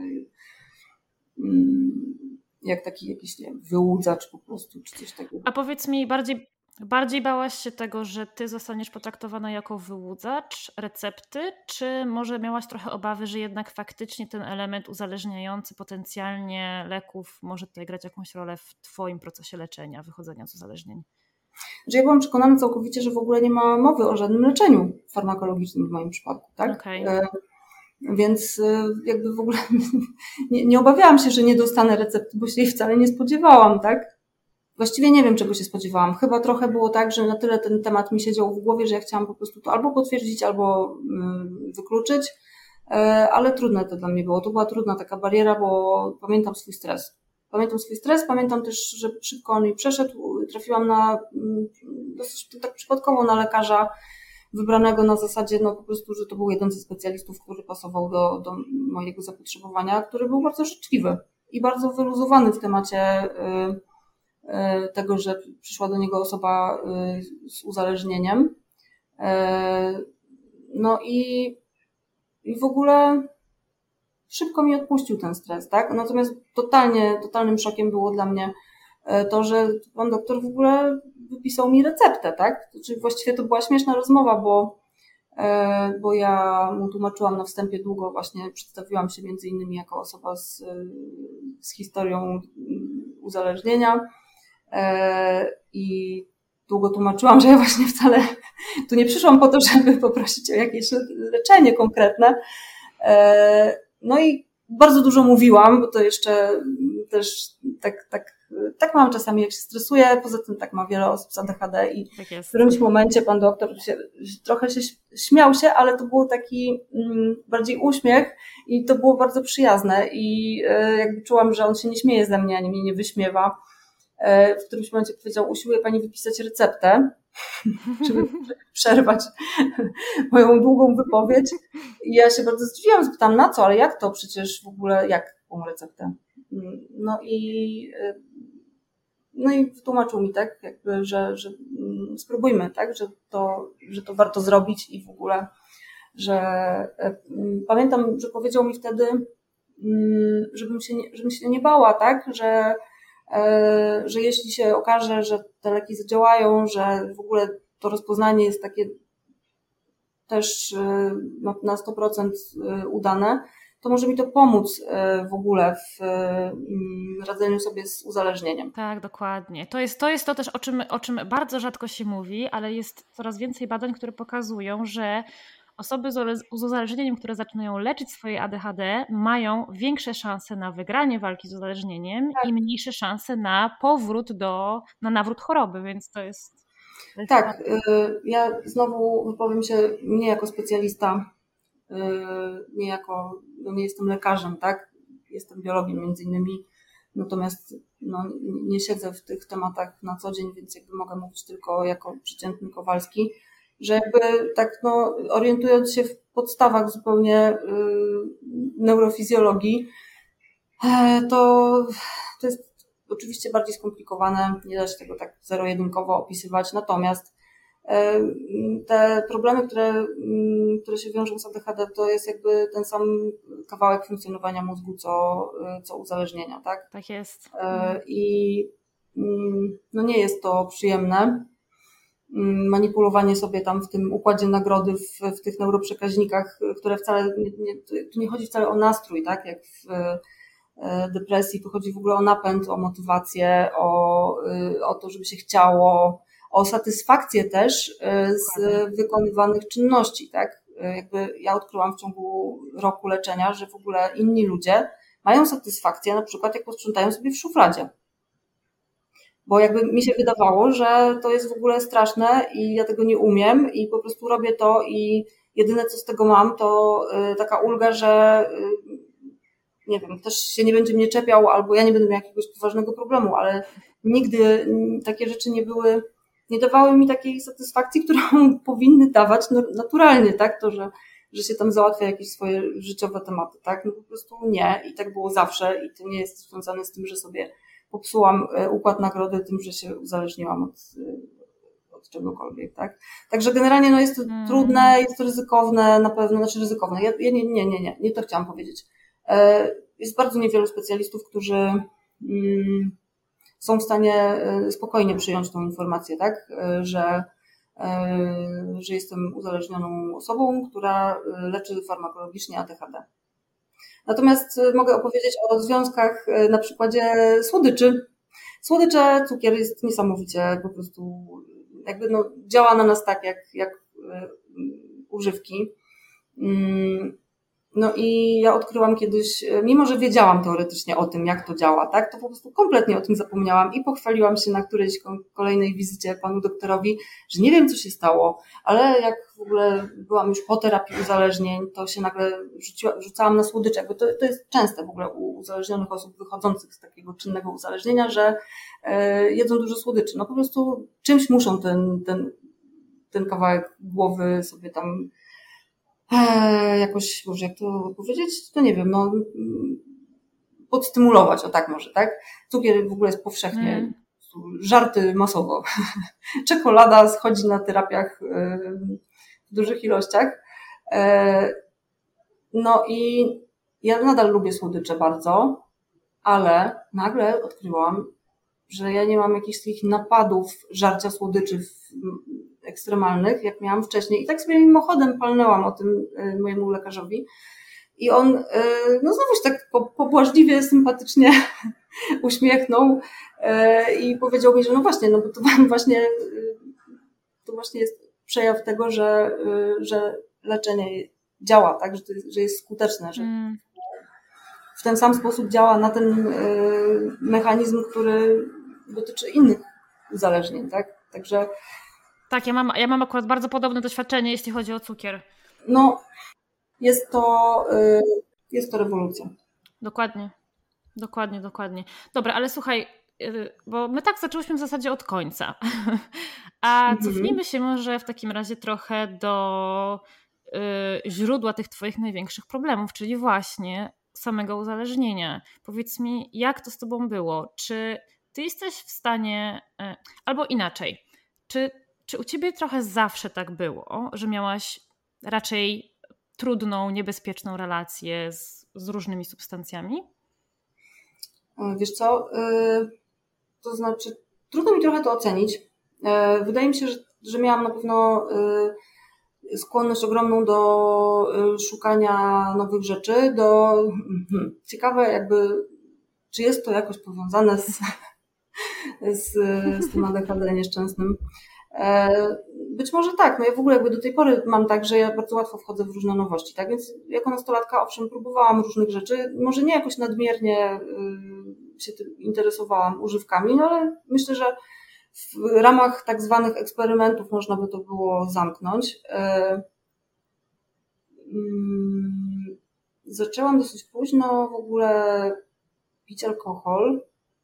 mm, jak taki jakiś, nie wiem, wyłudzacz po prostu, czy coś takiego. A powiedz mi, bardziej, bardziej bałaś się tego, że ty zostaniesz potraktowana jako wyłudzacz recepty, czy może miałaś trochę obawy, że jednak faktycznie ten element uzależniający potencjalnie leków może tutaj grać jakąś rolę w twoim procesie leczenia, wychodzenia z uzależnień? Że ja byłam przekonana całkowicie, że w ogóle nie ma mowy o żadnym leczeniu farmakologicznym w moim przypadku, tak? Okay. Więc jakby w ogóle nie, nie obawiałam się, że nie dostanę recepty, bo się jej wcale nie spodziewałam, tak? Właściwie nie wiem, czego się spodziewałam. Chyba trochę było tak, że na tyle ten temat mi siedział w głowie, że ja chciałam po prostu to albo potwierdzić, albo wykluczyć, ale trudne to dla mnie było. To była trudna taka bariera, bo pamiętam swój stres. Pamiętam swój stres, pamiętam też, że szybko on mi przeszedł. Trafiłam na dosyć tak przypadkowo na lekarza, wybranego na zasadzie, no po prostu, że to był jeden ze specjalistów, który pasował do, do mojego zapotrzebowania, który był bardzo życzliwy i bardzo wyluzowany w temacie y, y, tego, że przyszła do niego osoba y, z uzależnieniem. Y, no i, i w ogóle szybko mi odpuścił ten stres, tak? Natomiast totalnie, totalnym szokiem było dla mnie to, że pan doktor w ogóle wypisał mi receptę, tak? Czyli właściwie to była śmieszna rozmowa, bo, bo ja mu tłumaczyłam na wstępie długo, właśnie przedstawiłam się między innymi jako osoba z, z historią uzależnienia i długo tłumaczyłam, że ja właśnie wcale tu nie przyszłam po to, żeby poprosić o jakieś leczenie konkretne. No i bardzo dużo mówiłam, bo to jeszcze też tak, tak, tak mam czasami, jak się stresuję. Poza tym tak ma wiele osób z A D H D i tak w którymś momencie pan doktor się, trochę się śmiał się, ale to był taki mm, bardziej uśmiech i to było bardzo przyjazne i y, jakby czułam, że on się nie śmieje ze mnie, ani mnie nie wyśmiewa. W którymś momencie powiedział, usiłuje pani wypisać receptę, żeby przerwać moją długą wypowiedź. I ja się bardzo zdziwiłam, zapytałam, na co, ale jak to przecież w ogóle, jaką receptę? No i, no i wytłumaczył mi, tak, jakby, że, że spróbujmy, tak, że to, że to warto zrobić i w ogóle, że pamiętam, że powiedział mi wtedy, żebym się nie, żebym się nie bała, tak, że że jeśli się okaże, że te leki zadziałają, że w ogóle to rozpoznanie jest takie też na sto procent udane, to może mi to pomóc w ogóle w radzeniu sobie z uzależnieniem. Tak, dokładnie. To jest to, jest to też, o czym, o czym bardzo rzadko się mówi, ale jest coraz więcej badań, które pokazują, że osoby z uzależnieniem, które zaczynają leczyć swoje A D H D, mają większe szanse na wygranie walki z uzależnieniem tak. i mniejsze szanse na powrót do, na nawrót choroby, więc to jest... To jest tak, y, ja znowu wypowiem się nie jako specjalista, y, nie jako, no nie jestem lekarzem, tak? Jestem biologiem między innymi, natomiast no, nie siedzę w tych tematach na co dzień, więc jakby mogę mówić tylko jako przeciętny Kowalski, że jakby tak no, orientując się w podstawach zupełnie y, neurofizjologii, e, to, to jest oczywiście bardziej skomplikowane, nie da się tego tak zero-jedynkowo opisywać, natomiast e, te problemy, które, m, które się wiążą z A D H D, to jest jakby ten sam kawałek funkcjonowania mózgu, co, co uzależnienia, tak? Tak jest. E, I m, no nie jest to przyjemne. Manipulowanie sobie tam w tym układzie nagrody, w, w tych neuroprzekaźnikach, które wcale, nie, nie, tu nie chodzi wcale o nastrój, tak, jak w depresji, tu chodzi w ogóle o napęd, o motywację, o, o to, żeby się chciało, o satysfakcję też z wykonywanych czynności, tak, jakby ja odkryłam w ciągu roku leczenia, że w ogóle inni ludzie mają satysfakcję, na przykład jak posprzątają sobie w szufladzie. Bo jakby mi się wydawało, że to jest w ogóle straszne i ja tego nie umiem i po prostu robię to i jedyne co z tego mam to taka ulga, że nie wiem, ktoś się nie będzie mnie czepiał albo ja nie będę miał jakiegoś poważnego problemu, ale nigdy takie rzeczy nie były, nie dawały mi takiej satysfakcji, którą powinny dawać naturalnie, tak? To, że, że się tam załatwia jakieś swoje życiowe tematy, tak? No po prostu nie i tak było zawsze i to nie jest związane z tym, że sobie popsułam układ nagrody tym, że się uzależniłam od, od czegokolwiek, tak? Także generalnie no jest to hmm. trudne, jest to ryzykowne, na pewno, znaczy ryzykowne. Ja, ja nie, nie, nie, nie, nie to chciałam powiedzieć. Jest bardzo niewielu specjalistów, którzy mm, są w stanie spokojnie przyjąć tą informację, tak? Że, że jestem uzależnioną osobą, która leczy farmakologicznie A D H D. Natomiast mogę opowiedzieć o związkach na przykładzie słodyczy. Słodycze, cukier jest niesamowicie po prostu jakby no, działa na nas tak jak, jak używki. No i ja odkryłam kiedyś, mimo że wiedziałam teoretycznie o tym, jak to działa, tak, to po prostu kompletnie o tym zapomniałam i pochwaliłam się na którejś kolejnej wizycie panu doktorowi, że nie wiem, co się stało, ale jak w ogóle byłam już po terapii uzależnień, to się nagle rzuciła, rzucałam na słodycze, bo to, to jest częste w ogóle u uzależnionych osób wychodzących z takiego czynnego uzależnienia, że e, jedzą dużo słodyczy. No po prostu czymś muszą ten, ten, ten kawałek głowy sobie tam E, jakoś, może jak to powiedzieć, to nie wiem, no podstymulować, o tak może, tak? Cukier w ogóle jest powszechnie, mm. żarty masowo. Czekolada schodzi na terapiach e, w dużych ilościach. E, no i ja nadal lubię słodycze bardzo, ale nagle odkryłam, że ja nie mam jakichś takich napadów żarcia słodyczy ekstremalnych, jak miałam wcześniej. I tak sobie mimochodem palnęłam o tym mojemu lekarzowi. I on, no znowu się tak pobłażliwie, sympatycznie uśmiechnął i powiedział mi, że no właśnie, no bo to właśnie, to właśnie jest przejaw tego, że, że leczenie działa, tak, że, to jest, że jest skuteczne, że mm. w ten sam sposób działa na ten mechanizm, który dotyczy innych uzależnień, tak, także... Tak, ja mam, ja mam akurat bardzo podobne doświadczenie, jeśli chodzi o cukier. No, jest to, jest to rewolucja. Dokładnie, dokładnie, dokładnie. Dobra, ale słuchaj, bo my tak zaczęłyśmy w zasadzie od końca. A mhm. cofnijmy się może w takim razie trochę do y, źródła tych twoich największych problemów, czyli właśnie samego uzależnienia. Powiedz mi, jak to z tobą było? Czy ty jesteś w stanie, y, albo inaczej, czy, czy u ciebie trochę zawsze tak było, że miałaś raczej trudną, niebezpieczną relację z, z różnymi substancjami? Wiesz co, to znaczy trudno mi trochę to ocenić. Wydaje mi się, że, że miałam na pewno skłonność ogromną do szukania nowych rzeczy, do ciekawe jakby, czy jest to jakoś powiązane z, z, z tym A D H D nieszczęsnym. Być może tak, no ja w ogóle jakby do tej pory mam tak, że ja bardzo łatwo wchodzę w różne nowości, tak, więc jako nastolatka owszem próbowałam różnych rzeczy, może nie jakoś nadmiernie się tym interesowałam używkami, no ale myślę, że w ramach tak zwanych eksperymentów można by to było zamknąć. Zaczęłam dosyć późno w ogóle pić alkohol.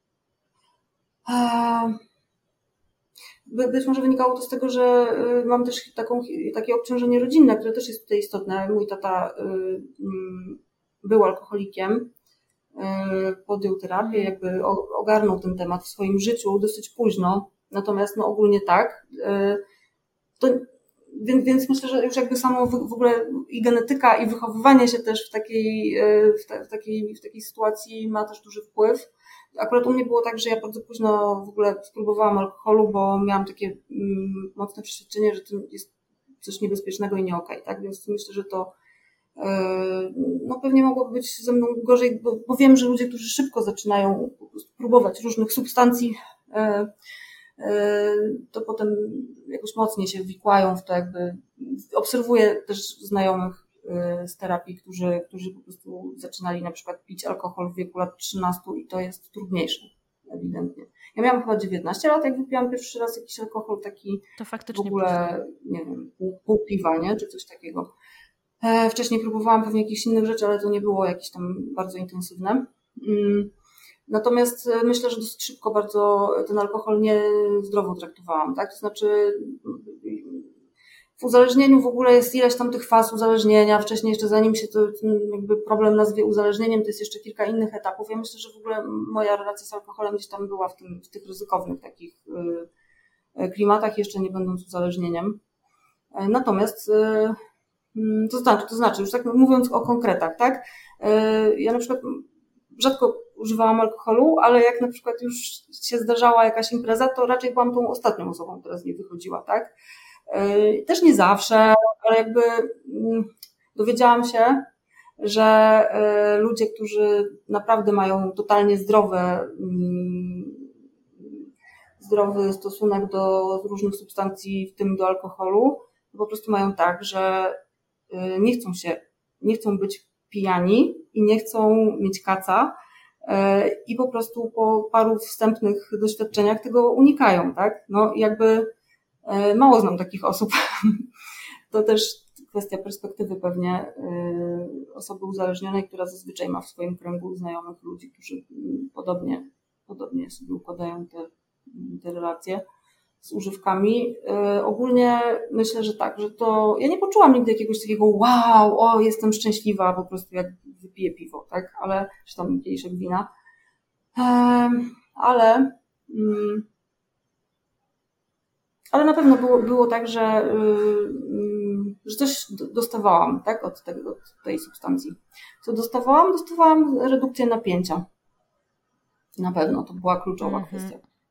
Być może wynikało to z tego, że mam też taką, takie obciążenie rodzinne, które też jest tutaj istotne. Mój tata był alkoholikiem, podjął terapię, jakby ogarnął ten temat w swoim życiu dosyć późno, natomiast no ogólnie tak. To, więc, więc myślę, że już jakby samo w, w ogóle i genetyka, i wychowywanie się też w takiej, w, te, w, takiej, w takiej sytuacji ma też duży wpływ. Akurat u mnie było tak, że ja bardzo późno w ogóle spróbowałam alkoholu, bo miałam takie mm, mocne przeświadczenie, że to jest coś niebezpiecznego i nie okej, tak? Więc myślę, że to yy, no pewnie mogłoby być ze mną gorzej, bo, bo wiem, że ludzie, którzy szybko zaczynają próbować różnych substancji, yy, yy, to potem jakoś mocniej się wikłają w to, jakby obserwuję też znajomych z terapii, którzy, którzy po prostu zaczynali na przykład pić alkohol w wieku lat trzynastu i to jest trudniejsze, ewidentnie. Ja miałam chyba dziewiętnaście lat, jak wypiłam pierwszy raz jakiś alkohol taki to faktycznie w ogóle, nie wiem, pół, pół piwa, nie? Czy coś takiego. E, wcześniej próbowałam pewnie jakichś innych rzeczy, ale to nie było jakieś tam bardzo intensywne. Mm. Natomiast myślę, że dosyć szybko bardzo ten alkohol niezdrowo traktowałam, tak? To znaczy w uzależnieniu w ogóle jest ileś tam tych faz uzależnienia, wcześniej jeszcze zanim się to jakby problem nazwie uzależnieniem, to jest jeszcze kilka innych etapów. Ja myślę, że w ogóle moja relacja z alkoholem gdzieś tam była w, tym, w tych ryzykownych takich klimatach, jeszcze nie będąc uzależnieniem. Natomiast to znaczy, to znaczy, już tak mówiąc o konkretach, tak? Ja na przykład rzadko używałam alkoholu, ale jak na przykład już się zdarzała jakaś impreza, to raczej byłam tą ostatnią osobą, która z niej wychodziła, tak? Też nie zawsze, ale jakby dowiedziałam się, że ludzie, którzy naprawdę mają totalnie zdrowe, zdrowy stosunek do różnych substancji, w tym do alkoholu, to po prostu mają tak, że nie chcą się, nie chcą być pijani i nie chcą mieć kaca i po prostu po paru wstępnych doświadczeniach tego unikają, tak? No jakby mało znam takich osób. To też kwestia perspektywy pewnie osoby uzależnionej, która zazwyczaj ma w swoim kręgu znajomych ludzi, którzy podobnie, podobnie sobie układają te, te relacje z używkami. Ogólnie myślę, że tak, że to ja nie poczułam nigdy jakiegoś takiego wow, o jestem szczęśliwa po prostu jak wypiję piwo, tak, ale czy tam kieliszek wina. Ale Ale na pewno było, było tak, że, yy, że coś dostawałam, tak, od, tego, od tej substancji. Co dostawałam? Dostawałam redukcję napięcia. Na pewno, to była kluczowa mm-hmm. kwestia.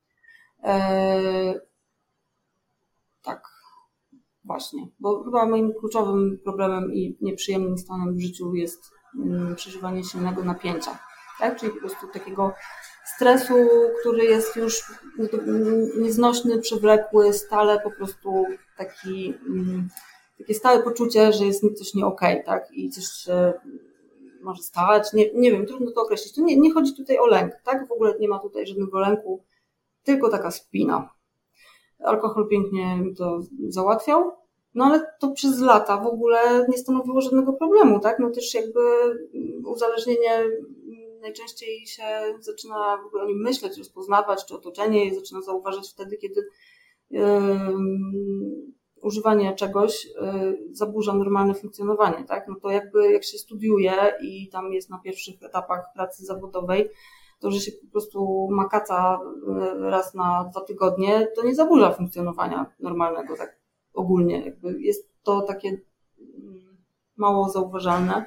E, tak, właśnie, bo chyba moim kluczowym problemem i nieprzyjemnym stanem w życiu jest mm, przeżywanie silnego napięcia, tak? Czyli po prostu takiego stresu, który jest już nieznośny, przewlekły, stale po prostu taki, mm, takie stałe poczucie, że jest coś nie okej, tak? I coś się może stać, nie, nie wiem, trudno to określić. Tu nie, nie chodzi tutaj o lęk, tak? W ogóle nie ma tutaj żadnego lęku, tylko taka spina. Alkohol pięknie mi to załatwiał, no ale to przez lata w ogóle nie stanowiło żadnego problemu, tak? No też jakby uzależnienie najczęściej się zaczyna w ogóle o nim myśleć, rozpoznawać, czy otoczenie je zaczyna zauważać wtedy, kiedy yy, używanie czegoś yy, zaburza normalne funkcjonowanie, tak? No to jakby jak się studiuje i tam jest na pierwszych etapach pracy zawodowej, to, że się po prostu makaca raz na dwa tygodnie, to nie zaburza funkcjonowania normalnego, tak ogólnie. Jakby jest to takie mało zauważalne.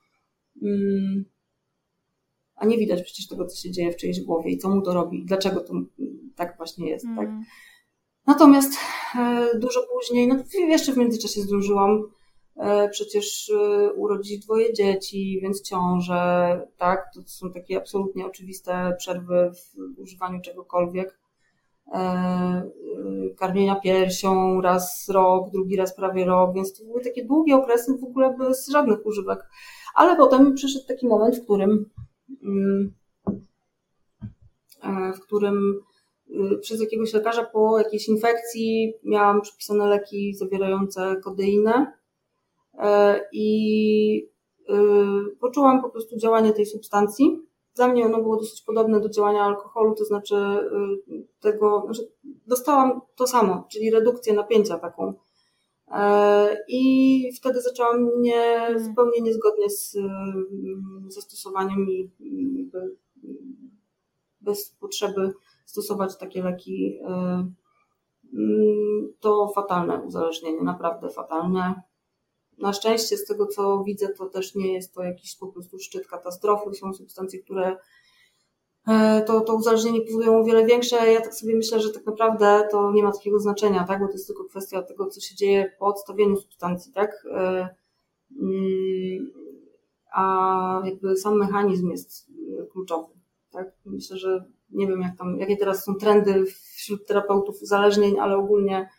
A nie widać przecież tego, co się dzieje w czyjejś głowie i co mu to robi, i dlaczego to tak właśnie jest. Mm. Tak? Natomiast dużo później, no jeszcze w międzyczasie zdążyłam przecież urodzić dwoje dzieci, więc ciąże, tak, to są takie absolutnie oczywiste przerwy w używaniu czegokolwiek. Karmienia piersią raz rok, drugi raz prawie rok, więc to były takie długie okresy w ogóle bez żadnych używek. Ale potem przyszedł taki moment, w którym w którym przez jakiegoś lekarza po jakiejś infekcji miałam przypisane leki zawierające kodeinę i poczułam po prostu działanie tej substancji. Dla mnie ono było dosyć podobne do działania alkoholu, to znaczy tego, znaczy dostałam to samo, czyli redukcję napięcia taką. I wtedy zaczęłam nie, zupełnie niezgodnie z zastosowaniem i bez potrzeby stosować takie leki. To fatalne uzależnienie, naprawdę fatalne. Na szczęście z tego, co widzę, to też nie jest to jakiś po prostu szczyt katastrofy. Są substancje, które to, to uzależnienie powodują o wiele większe. Ja tak sobie myślę, że tak naprawdę to nie ma takiego znaczenia, tak? Bo to jest tylko kwestia tego, co się dzieje po odstawieniu substancji, tak? A jakby sam mechanizm jest kluczowy, tak? Myślę, że nie wiem, jak tam, jakie teraz są trendy wśród terapeutów uzależnień, ale ogólnie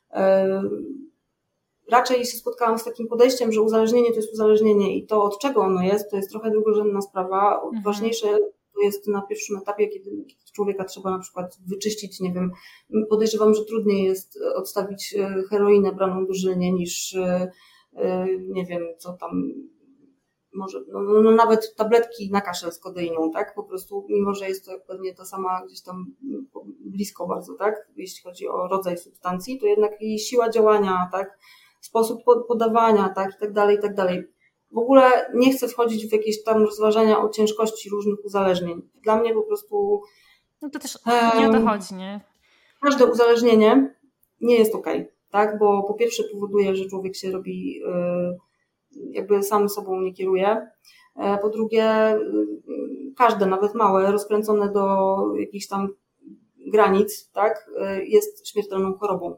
raczej się spotkałam z takim podejściem, że uzależnienie to jest uzależnienie i to, od czego ono jest, to jest trochę drugorzędna sprawa. Mhm. Ważniejsze to jest na pierwszym etapie, kiedy człowieka trzeba na przykład wyczyścić, nie wiem, podejrzewam, że trudniej jest odstawić heroinę braną dożylnie niż, nie wiem, co tam, może, no, no nawet tabletki na kaszel z kodeiną, tak, po prostu, mimo że jest to pewnie ta sama gdzieś tam blisko bardzo, tak, jeśli chodzi o rodzaj substancji, to jednak jej siła działania, tak, sposób podawania, tak, i tak dalej, i tak dalej. W ogóle nie chcę wchodzić w jakieś tam rozważania o ciężkości różnych uzależnień. Dla mnie po prostu... No to też nie o to chodzi, nie? Każde uzależnienie nie jest okej, tak, bo po pierwsze powoduje, że człowiek się robi, jakby sam sobą nie kieruje. Po drugie, każde, nawet małe, rozkręcone do jakichś tam granic, tak, jest śmiertelną chorobą.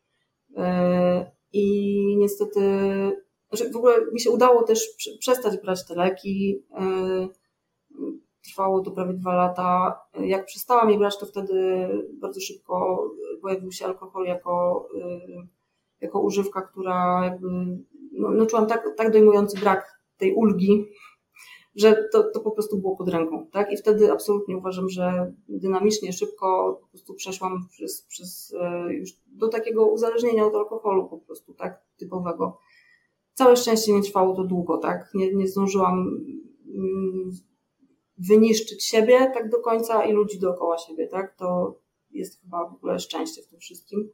I niestety, znaczy w ogóle mi się udało też przestać brać te leki. Trwało to prawie dwa lata. Jak przestałam je brać, to wtedy bardzo szybko pojawił się alkohol jako, jako używka, która jakby, no, no czułam tak, tak dojmujący brak tej ulgi, że to, to po prostu było pod ręką, tak? I wtedy absolutnie uważam, że dynamicznie, szybko po prostu przeszłam przez, przez już do takiego uzależnienia od alkoholu po prostu, tak? Typowego. Całe szczęście nie trwało to długo, tak? Nie, nie zdążyłam wyniszczyć siebie tak do końca i ludzi dookoła siebie, tak? To jest chyba w ogóle szczęście w tym wszystkim.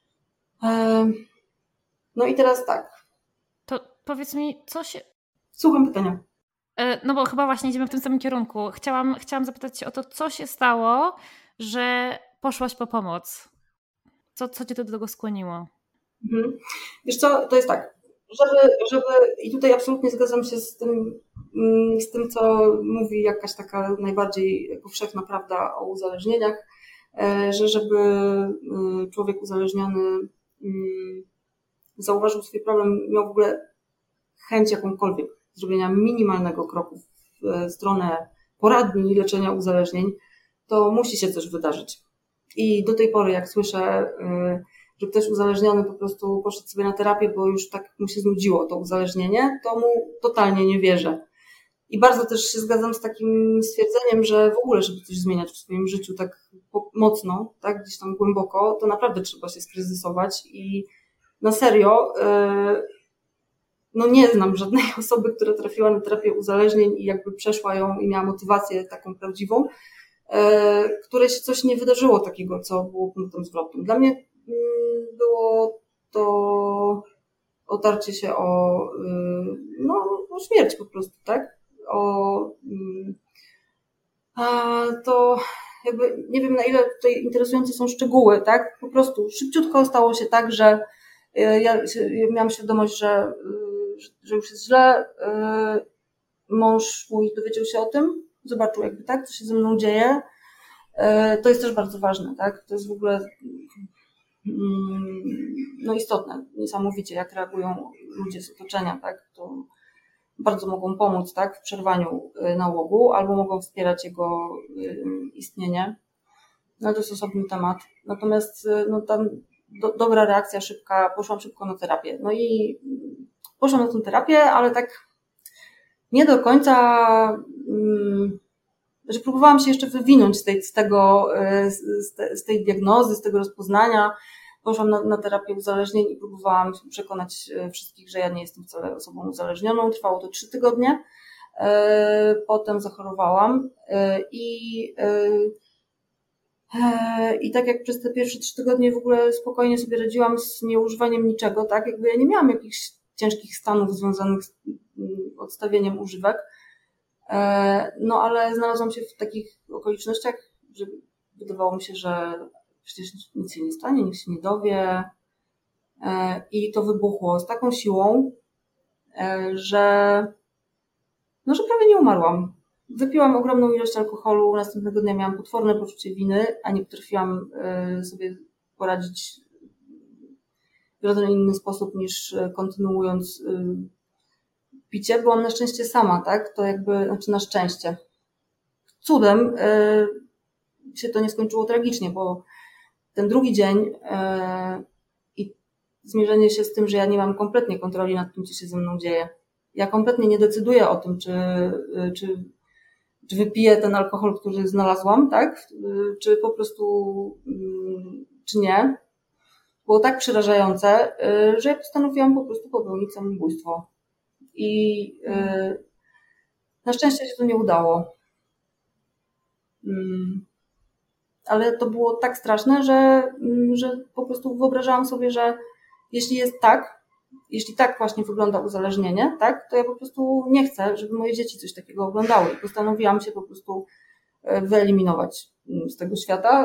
No i teraz tak. To powiedz mi, co się... Słucham pytania. No bo chyba właśnie idziemy w tym samym kierunku. Chciałam, chciałam zapytać Cię o to, co się stało, że poszłaś po pomoc? Co, co Cię do tego skłoniło? Mhm. Wiesz co, to jest tak, żeby, żeby, i tutaj absolutnie zgadzam się z tym, z tym, co mówi jakaś taka najbardziej powszechna prawda o uzależnieniach, że żeby człowiek uzależniony zauważył swój problem, miał w ogóle chęć jakąkolwiek zrobienia minimalnego kroku w stronę poradni leczenia uzależnień, to musi się coś wydarzyć. I do tej pory, jak słyszę, że ktoś uzależniony po prostu poszedł sobie na terapię, bo już tak mu się znudziło to uzależnienie, to mu totalnie nie wierzę. I bardzo też się zgadzam z takim stwierdzeniem, że w ogóle, żeby coś zmieniać w swoim życiu tak mocno, tak gdzieś tam głęboko, to naprawdę trzeba się skryzysować i na serio, no nie znam żadnej osoby, która trafiła na terapię uzależnień i jakby przeszła ją i miała motywację taką prawdziwą, której się coś nie wydarzyło takiego, co było punktem zwrotnym. Dla mnie było to otarcie się o, no, o śmierć po prostu, tak? O, a to jakby nie wiem, na ile tutaj interesujące są szczegóły, tak? Po prostu szybciutko stało się tak, że ja, ja miałam świadomość, że, że już jest źle. Mąż mój dowiedział się o tym, zobaczył jakby tak, co się ze mną dzieje. To jest też bardzo ważne, tak? To jest w ogóle no istotne, niesamowicie, jak reagują ludzie z otoczenia, tak? To bardzo mogą pomóc, tak? W przerwaniu nałogu, albo mogą wspierać jego istnienie. No to jest osobny temat. Natomiast no tam do, dobra reakcja, szybka, poszłam szybko na terapię. No i poszłam na tę terapię, ale tak nie do końca, um, że próbowałam się jeszcze wywinąć z tej, z tego, z, te, z tej diagnozy, z tego rozpoznania. Poszłam na, na terapię uzależnień i próbowałam przekonać wszystkich, że ja nie jestem wcale osobą uzależnioną. Trwało to trzy tygodnie. Potem zachorowałam i I tak jak przez te pierwsze trzy tygodnie w ogóle spokojnie sobie radziłam z nieużywaniem niczego, tak? Jakby ja nie miałam jakichś ciężkich stanów związanych z odstawieniem używek. No ale znalazłam się w takich okolicznościach, że wydawało mi się, że przecież nic się nie stanie, nikt się nie dowie. I to wybuchło z taką siłą, że, no, że prawie nie umarłam. Wypiłam ogromną ilość alkoholu, następnego dnia miałam potworne poczucie winy, a nie potrafiłam sobie poradzić w żaden inny sposób niż kontynuując picie. Byłam na szczęście sama, tak? To jakby, znaczy na szczęście. Cudem się to nie skończyło tragicznie, bo ten drugi dzień i zmierzenie się z tym, że ja nie mam kompletnie kontroli nad tym, co się ze mną dzieje. Ja kompletnie nie decyduję o tym, czy, czy czy wypiję ten alkohol, który znalazłam, tak? Czy po prostu, czy nie. Było tak przerażające, że ja postanowiłam po prostu popełnić samobójstwo. I na szczęście się to nie udało. Ale to było tak straszne, że, że po prostu wyobrażałam sobie, że jeśli jest tak, jeśli tak właśnie wygląda uzależnienie, tak, to ja po prostu nie chcę, żeby moje dzieci coś takiego oglądały. I postanowiłam się po prostu wyeliminować z tego świata.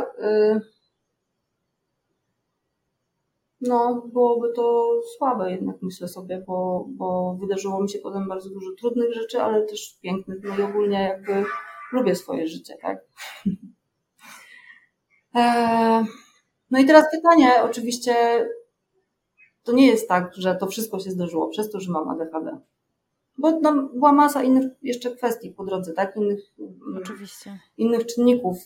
No, byłoby to słabe jednak, myślę sobie, bo, bo wydarzyło mi się potem bardzo dużo trudnych rzeczy, ale też pięknych. No i ogólnie jakby lubię swoje życie, tak. No i teraz pytanie, oczywiście, to nie jest tak, że to wszystko się zdarzyło przez to, że mam A D H D. Bo tam była masa innych jeszcze kwestii po drodze, tak? Innych, Oczywiście. Innych czynników.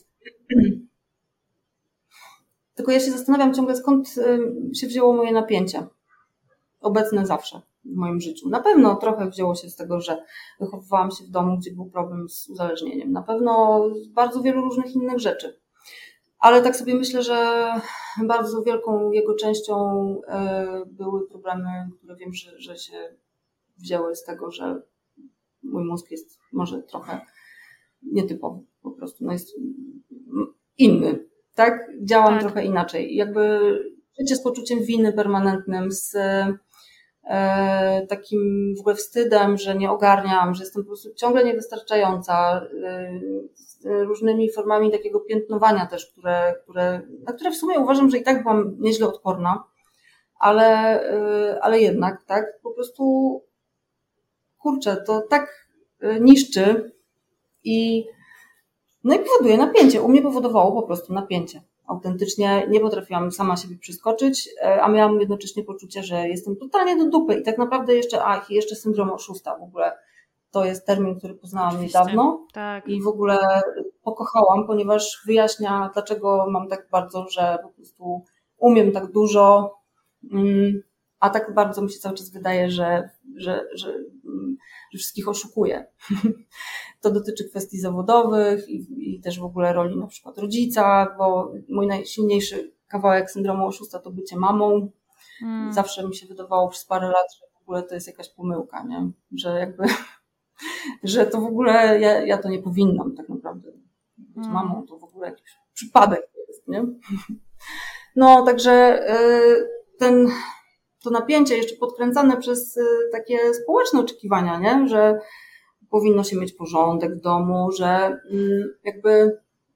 Tylko ja się zastanawiam ciągle, skąd się wzięło moje napięcie. Obecne zawsze w moim życiu. Na pewno trochę wzięło się z tego, że wychowywałam się w domu, gdzie był problem z uzależnieniem. Na pewno z bardzo wielu różnych innych rzeczy. Ale tak sobie myślę, że bardzo wielką jego częścią były problemy, które wiem, że, że się wzięły z tego, że mój mózg jest może trochę nietypowy po prostu. No jest inny, tak? Działam tak. Trochę inaczej. Jakby życie z poczuciem winy permanentnym, z e, takim w ogóle wstydem, że nie ogarniam, że jestem po prostu ciągle niewystarczająca, e, z różnymi formami takiego piętnowania też, które, które, na które w sumie uważam, że i tak byłam nieźle odporna, ale, e, ale jednak, tak? Po prostu kurczę, to tak niszczy i no i powoduje napięcie. U mnie powodowało po prostu napięcie. autentycznie, nie potrafiłam sama siebie przeskoczyć, a miałam jednocześnie poczucie, że jestem totalnie do dupy i tak naprawdę jeszcze, ach, jeszcze syndrom oszusta w ogóle. To jest termin, który poznałam Oczywiście. niedawno Tak. I w ogóle pokochałam, ponieważ wyjaśnia, dlaczego mam tak bardzo, że po prostu umiem tak dużo, a tak bardzo mi się cały czas wydaje, że, że, że, że wszystkich oszukuję. To dotyczy kwestii zawodowych i, i też w ogóle roli na przykład rodzica, bo mój najsilniejszy kawałek syndromu oszusta to bycie mamą. Hmm. Zawsze mi się wydawało przez parę lat, że w ogóle to jest jakaś pomyłka, nie? Że jakby, że to w ogóle ja, ja to nie powinnam tak naprawdę być hmm. mamą, to w ogóle jakiś przypadek jest, nie? No, także ten, to napięcie jeszcze podkręcane przez takie społeczne oczekiwania, nie? Że powinno się mieć porządek w domu, że jakby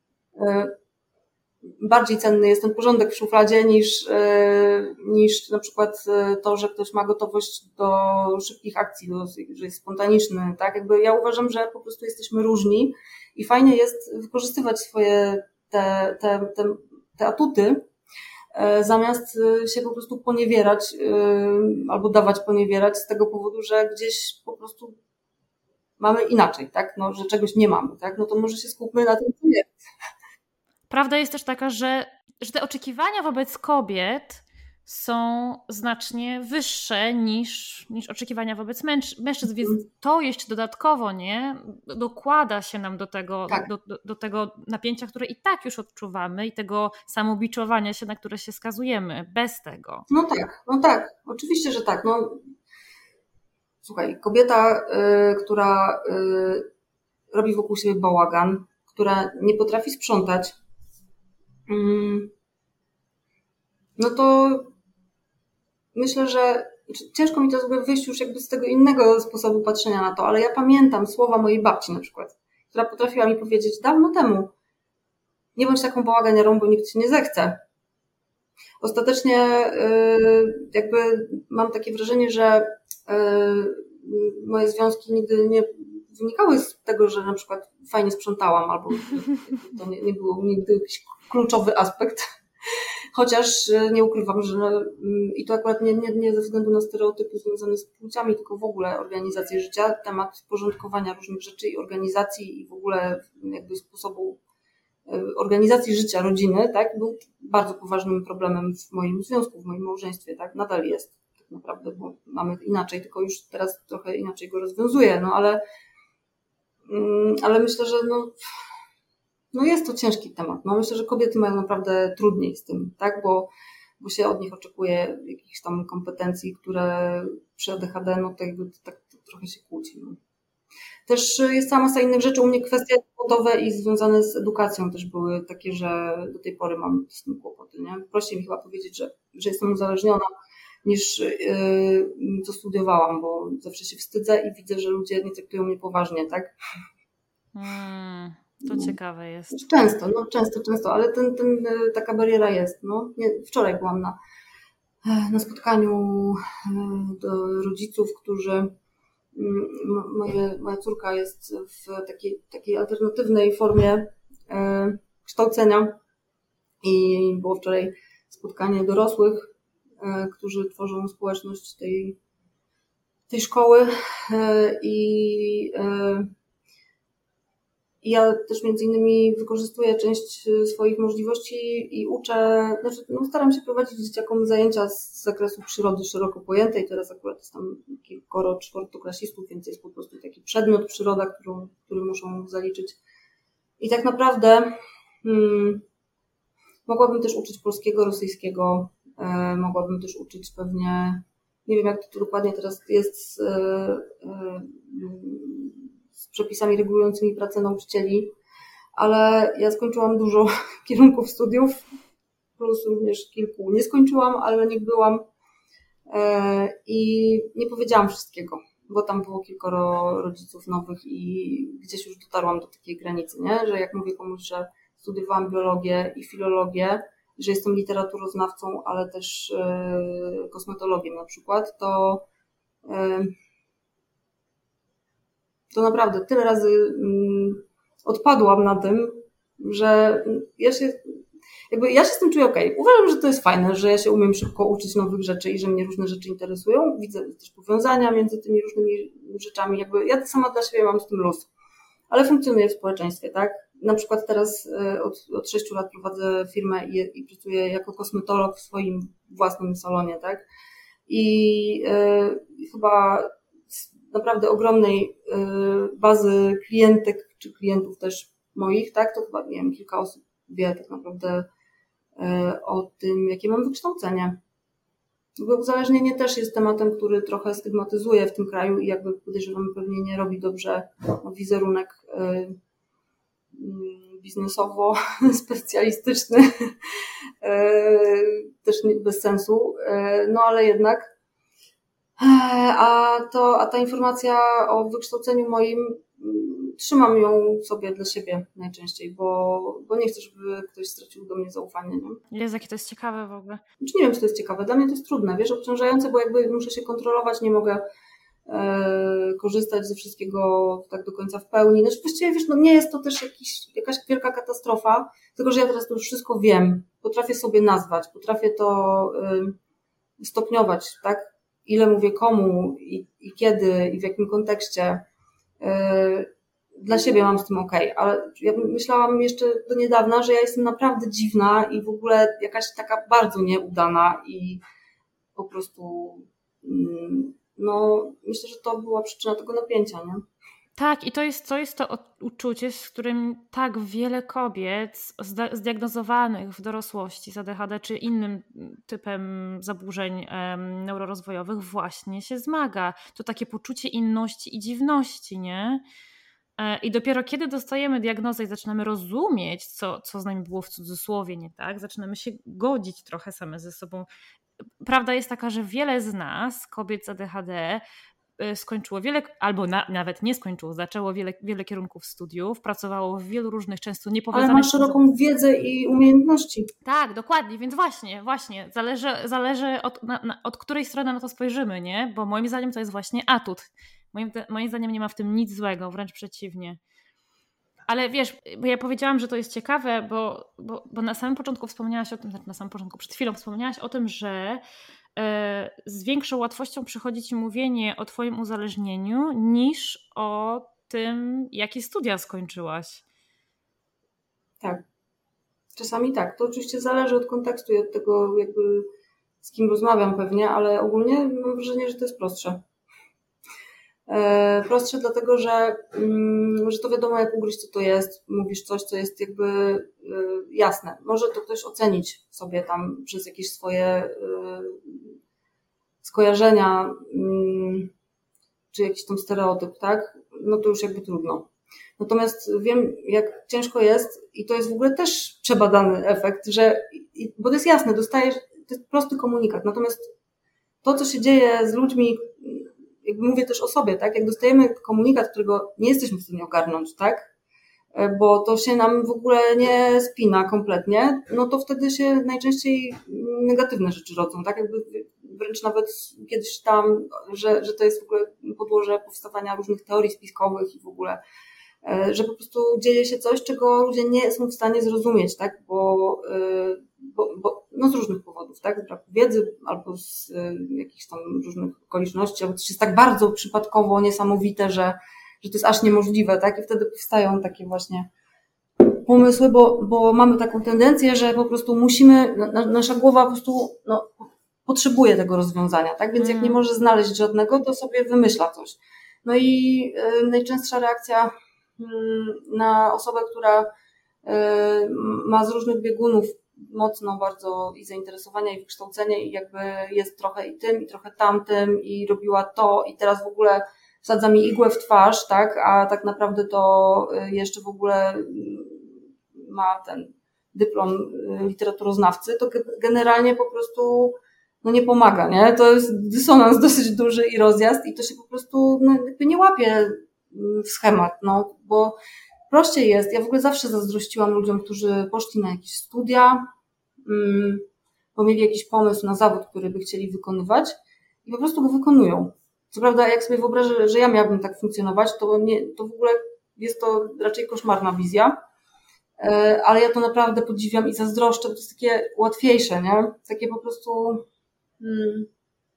bardziej cenny jest ten porządek w szufladzie niż, niż na przykład to, że ktoś ma gotowość do szybkich akcji, do, że jest spontaniczny, tak? Jakby ja uważam, że po prostu jesteśmy różni i fajnie jest wykorzystywać swoje te, te, te, te atuty, zamiast się po prostu poniewierać albo dawać poniewierać z tego powodu, że gdzieś po prostu mamy inaczej, tak? No, że czegoś nie mamy, tak? No to może się skupmy na tym, co jest. Prawda jest też taka, że, że te oczekiwania wobec kobiet są znacznie wyższe niż, niż oczekiwania wobec męż, mężczyzn, więc to jeszcze dodatkowo, nie? Dokłada się nam do tego, tak. do, do, do tego napięcia, które i tak już odczuwamy i tego samobiczowania się, na które się skazujemy, bez tego. No tak, no tak, oczywiście, że tak. No, słuchaj, kobieta, y, która y, robi wokół siebie bałagan, która nie potrafi sprzątać, y, no to myślę, że ciężko mi to sobie wyjść już jakby z tego innego sposobu patrzenia na to, ale ja pamiętam słowa mojej babci na przykład, która potrafiła mi powiedzieć dawno temu: nie bądź taką bałaganiarą, bo nikt ci nie zechce. Ostatecznie y, jakby mam takie wrażenie, że y, moje związki nigdy nie wynikały z tego, że na przykład fajnie sprzątałam, albo to nie, nie był nigdy jakiś kluczowy aspekt. Chociaż nie ukrywam, że i to akurat nie, nie, nie ze względu na stereotypy związane z płciami, tylko w ogóle organizację życia, temat porządkowania różnych rzeczy i organizacji i w ogóle jakby sposobu organizacji życia rodziny, tak, był bardzo poważnym problemem w moim związku, w moim małżeństwie, tak, nadal jest tak naprawdę, bo mamy inaczej, tylko już teraz trochę inaczej go rozwiązuję, no ale ale myślę, że no No jest to ciężki temat. No myślę, że kobiety mają naprawdę trudniej z tym, tak? Bo, bo się od nich oczekuje jakichś tam kompetencji, które przy A D H D, no to jakby tak to trochę się kłóci. No. Też jest cała masa innych rzeczy. U mnie kwestie zawodowe i związane z edukacją też były takie, że do tej pory mam z tym kłopoty, nie? Prościej mi chyba powiedzieć, że, że jestem uzależniona niż yy, co studiowałam, bo zawsze się wstydzę i widzę, że ludzie nie traktują mnie poważnie, tak? Hmm. To ciekawe jest. Często, no często, często, ale ten, ten, taka bariera jest. No. Nie, wczoraj byłam na, na spotkaniu do rodziców, którzy, moje, moja córka jest w takiej, takiej alternatywnej formie kształcenia i było wczoraj spotkanie dorosłych, którzy tworzą społeczność tej, tej szkoły i I ja też między innymi wykorzystuję część swoich możliwości i uczę, znaczy no staram się prowadzić dzieciakom zajęcia z zakresu przyrody szeroko pojętej. Teraz akurat jest tam kilkoro czwartoklasistów, więc jest po prostu taki przedmiot przyroda, którą, który muszą zaliczyć. I tak naprawdę hmm, mogłabym też uczyć polskiego, rosyjskiego, e, mogłabym też uczyć pewnie, nie wiem jak to dokładnie teraz jest, e, e, z przepisami regulującymi pracę nauczycieli, ale ja skończyłam dużo kierunków studiów, plus również kilku nie skończyłam, ale na nich byłam i nie powiedziałam wszystkiego, bo tam było kilkoro rodziców nowych i gdzieś już dotarłam do takiej granicy, nie? Że jak mówię komuś, że studiowałam biologię i filologię, że jestem literaturoznawcą, ale też kosmetologiem na przykład, to to naprawdę tyle razy odpadłam na tym, że ja się, jakby ja się z tym czuję okej. Okay. Uważam, że to jest fajne, że ja się umiem szybko uczyć nowych rzeczy i że mnie różne rzeczy interesują. Widzę też powiązania między tymi różnymi rzeczami. Jakby ja sama dla siebie mam z tym luz. Ale funkcjonuję w społeczeństwie, tak? Na przykład teraz od, od sześciu lat prowadzę firmę i, i pracuję jako kosmetolog w swoim własnym salonie, tak? I y, chyba z naprawdę ogromnej y, bazy klientek czy klientów też moich, tak? To chyba, nie wiem, kilka osób wie tak naprawdę y, o tym, jakie mam wykształcenie. Jakby uzależnienie też jest tematem, który trochę stygmatyzuje w tym kraju i jakby podejrzewam pewnie nie robi dobrze wizerunek y, biznesowo-specjalistyczny, też bez sensu, no ale jednak. A, to, a ta informacja o wykształceniu moim, trzymam ją sobie dla siebie najczęściej, bo, bo nie chcę, żeby ktoś stracił do mnie zaufanie. Nie? Jezu, jakie to jest ciekawe w ogóle. Znaczy, nie wiem, czy to jest ciekawe. Dla mnie to jest trudne, wiesz, obciążające, bo jakby muszę się kontrolować, nie mogę korzystać ze wszystkiego tak do końca w pełni. Znaczy właściwie wiesz, no nie jest to też jakiś, jakaś wielka katastrofa, tylko że ja teraz to już wszystko wiem, potrafię sobie nazwać, potrafię to y, stopniować, tak? Ile mówię komu i, i kiedy i w jakim kontekście. Y, dla siebie mam z tym okej, okay. Ale ja myślałam jeszcze do niedawna, że ja jestem naprawdę dziwna i w ogóle jakaś taka bardzo nieudana i po prostu y, no myślę, że to była przyczyna tego napięcia, nie? Tak, i to jest, to jest to uczucie, z którym tak wiele kobiet zdiagnozowanych w dorosłości z A D H D czy innym typem zaburzeń um, neurorozwojowych właśnie się zmaga. To takie poczucie inności i dziwności, nie? I dopiero kiedy dostajemy diagnozę i zaczynamy rozumieć, co, co z nami było w cudzysłowie nie tak, zaczynamy się godzić trochę same ze sobą. Prawda jest taka, że wiele z nas, kobiet z A D H D, skończyło wiele, albo na, nawet nie skończyło, zaczęło wiele, wiele kierunków studiów, pracowało w wielu różnych, często niepowiązanych... Ale ma szeroką wiedzę i umiejętności. Tak, dokładnie, więc właśnie, właśnie, zależy, zależy od, na, na, od której strony na to spojrzymy, nie? Bo moim zdaniem to jest właśnie atut. Moim, moim zdaniem nie ma w tym nic złego, wręcz przeciwnie. Ale wiesz, bo ja powiedziałam, że to jest ciekawe, bo, bo, bo na samym początku wspomniałaś o tym, znaczy na samym początku, przed chwilą wspomniałaś o tym, że z większą łatwością przychodzi ci mówienie o twoim uzależnieniu niż o tym, jakie studia skończyłaś. Tak. Czasami tak. To oczywiście zależy od kontekstu i od tego, jakby z kim rozmawiam pewnie, ale ogólnie mam wrażenie, że to jest prostsze. E, prostsze dlatego, że, mm, że to wiadomo, jak ugryźć, co to jest. Mówisz coś, co jest jakby y, jasne. Może to ktoś ocenić sobie tam przez jakieś swoje y, skojarzenia, y, czy jakiś tam stereotyp, tak? No to już jakby trudno. Natomiast wiem, jak ciężko jest i to jest w ogóle też przebadany efekt, że, i, bo to jest jasne, dostajesz, to jest prosty komunikat. Natomiast to, co się dzieje z ludźmi, jakby mówię też o sobie, tak? Jak dostajemy komunikat, którego nie jesteśmy w stanie ogarnąć, tak? Bo to się nam w ogóle nie spina kompletnie, no to wtedy się najczęściej negatywne rzeczy rodzą, tak? Jakby wręcz nawet kiedyś tam, że, że to jest w ogóle podłoże powstawania różnych teorii spiskowych i w ogóle, że po prostu dzieje się coś, czego ludzie nie są w stanie zrozumieć, tak? Bo, bo, bo no z różnych powodów, tak? Z braku wiedzy albo z jakichś tam różnych okoliczności, albo coś jest tak bardzo przypadkowo niesamowite, że, że to jest aż niemożliwe, tak? I wtedy powstają takie właśnie pomysły, bo, bo mamy taką tendencję, że po prostu musimy, na, nasza głowa po prostu no, potrzebuje tego rozwiązania, tak? Więc jak nie może znaleźć żadnego, to sobie wymyśla coś. No i y, najczęstsza reakcja y, na osobę, która y, ma z różnych biegunów mocno bardzo i zainteresowania i wykształcenie i jakby jest trochę i tym, i trochę tamtym i robiła to i teraz w ogóle wsadza mi igłę w twarz, tak? A tak naprawdę to jeszcze w ogóle ma ten dyplom literaturoznawcy, to generalnie po prostu no nie pomaga, nie? To jest dysonans dosyć duży i rozjazd i to się po prostu no, jakby nie łapie w schemat, no, bo prościej jest. Ja w ogóle zawsze zazdrościłam ludziom, którzy poszli na jakieś studia, mm, bo mieli jakiś pomysł na zawód, który by chcieli wykonywać i po prostu go wykonują. Co prawda, jak sobie wyobrażę, że ja miałabym tak funkcjonować, to, nie, to w ogóle jest to raczej koszmarna wizja, ale ja to naprawdę podziwiam i zazdroszczę, bo to jest takie łatwiejsze, nie? Takie po prostu hmm,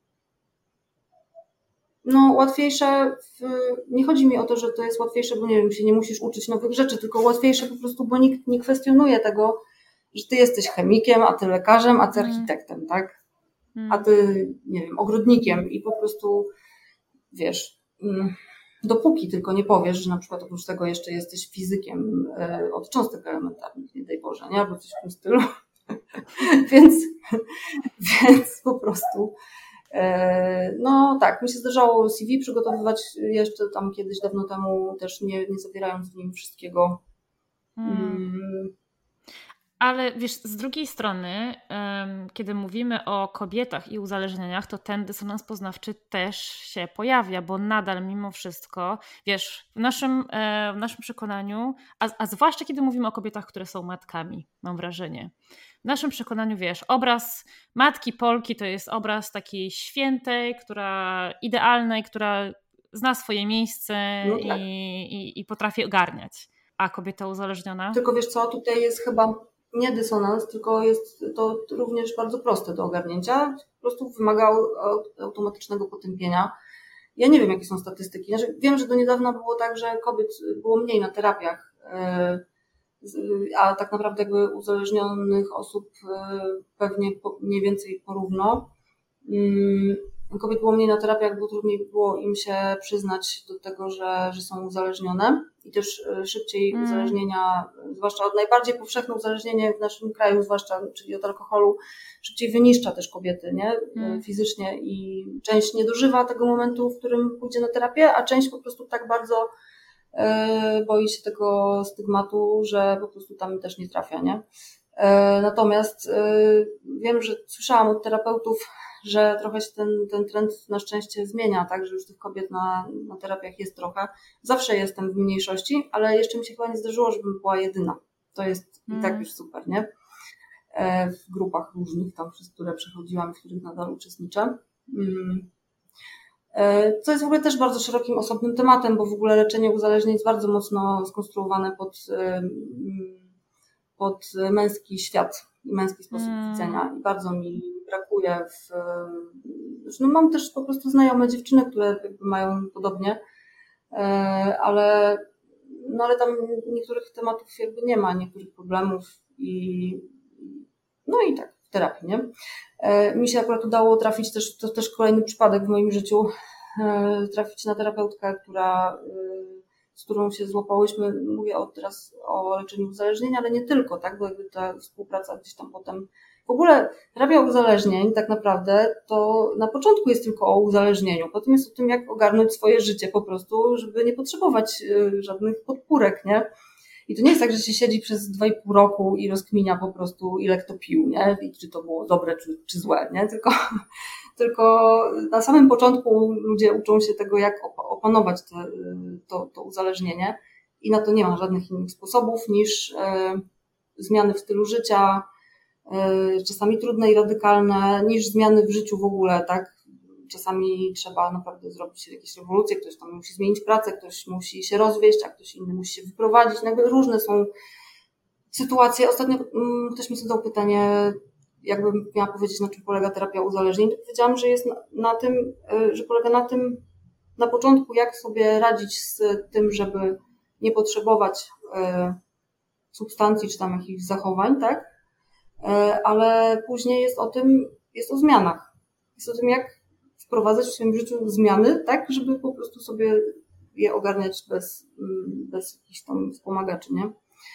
no łatwiejsze, w, nie chodzi mi o to, że to jest łatwiejsze, bo nie wiem, się nie musisz uczyć nowych rzeczy, tylko łatwiejsze po prostu, bo nikt nie kwestionuje tego, że ty jesteś chemikiem, a ty lekarzem, a ty architektem, tak? A ty, nie wiem, ogrodnikiem i po prostu, wiesz, dopóki tylko nie powiesz, że na przykład oprócz tego jeszcze jesteś fizykiem od cząstek elementarnych, nie daj Boże, nie? Albo coś w tym stylu. więc, więc po prostu no tak, mi się zdarzało C V przygotowywać jeszcze tam kiedyś, dawno temu, też nie, nie zawierając w nim wszystkiego. Hmm. Ale wiesz, z drugiej strony, kiedy mówimy o kobietach i uzależnieniach, to ten dysonans poznawczy też się pojawia, bo nadal mimo wszystko, wiesz, w naszym, w naszym przekonaniu, a, a zwłaszcza kiedy mówimy o kobietach, które są matkami, mam wrażenie, w naszym przekonaniu, wiesz, obraz matki Polki to jest obraz takiej świętej, która idealnej, która zna swoje miejsce no tak. i, i, i potrafi ogarniać. A kobieta uzależniona? Tylko wiesz co, tutaj jest chyba nie dysonans, tylko jest to również bardzo proste do ogarnięcia. Po prostu wymaga automatycznego potępienia. Ja nie wiem, jakie są statystyki. Znaczy, wiem, że do niedawna było tak, że kobiet było mniej na terapiach, a tak naprawdę jakby uzależnionych osób pewnie mniej więcej porówno. Kobiet było mniej na terapiach, bo trudniej było im się przyznać do tego, że, że są uzależnione i też szybciej mm. uzależnienia, zwłaszcza od najbardziej powszechne uzależnienie w naszym kraju, zwłaszcza, czyli od alkoholu, szybciej wyniszcza też kobiety, nie? Mm. Fizycznie i część nie dożywa tego momentu, w którym pójdzie na terapię, a część po prostu tak bardzo e, boi się tego stygmatu, że po prostu tam też nie trafia, nie? E, natomiast e, wiem, że słyszałam od terapeutów, że trochę się ten, ten trend na szczęście zmienia, tak, że już tych kobiet na, na terapiach jest trochę. Zawsze jestem w mniejszości, ale jeszcze mi się chyba nie zdarzyło, żebym była jedyna. To jest mm. i tak już super, nie? E, w grupach różnych tam, przez które przechodziłam, w których nadal uczestniczę. Mm. E, co jest w ogóle też bardzo szerokim, osobnym tematem, bo w ogóle leczenie uzależnień jest bardzo mocno skonstruowane pod, pod męski świat i męski sposób mm. widzenia i bardzo mi brakuje w... No mam też po prostu znajome dziewczyny, które jakby mają podobnie, ale, no ale tam niektórych tematów jakby nie ma, niektórych problemów i no i tak, w terapii, nie? Mi się akurat udało trafić też, to też kolejny przypadek w moim życiu, trafić na terapeutkę, która z którą się złapałyśmy, mówię o, teraz o leczeniu uzależnień, ale nie tylko, tak, bo jakby ta współpraca gdzieś tam potem, w ogóle terapia uzależnień tak naprawdę to na początku jest tylko o uzależnieniu, potem jest o tym, jak ogarnąć swoje życie po prostu, żeby nie potrzebować żadnych podpórek, nie? I to nie jest tak, że się siedzi przez dwa i pół roku i rozkminia po prostu, ile kto pił, nie? I czy to było dobre, czy, czy złe, nie? Tylko, tylko na samym początku ludzie uczą się tego, jak opanować te, to, to uzależnienie i na to nie ma żadnych innych sposobów niż e, zmiany w stylu życia, e, czasami trudne i radykalne, niż zmiany w życiu w ogóle, tak? Czasami trzeba naprawdę zrobić jakieś rewolucje, ktoś tam musi zmienić pracę, ktoś musi się rozwieść, a ktoś inny musi się wyprowadzić. Jakby różne są sytuacje. Ostatnio ktoś mi zadał pytanie, jakbym miała powiedzieć, na czym polega terapia uzależnień, to powiedziałam, że jest na, na tym, że polega na tym, na początku, jak sobie radzić z tym, żeby nie potrzebować substancji czy tam jakichś zachowań, tak? Ale później jest o tym, jest o zmianach. Jest o tym, jak wprowadzać w swoim życiu zmiany, tak, żeby po prostu sobie je ogarniać bez, bez jakichś tam wspomagaczy, nie?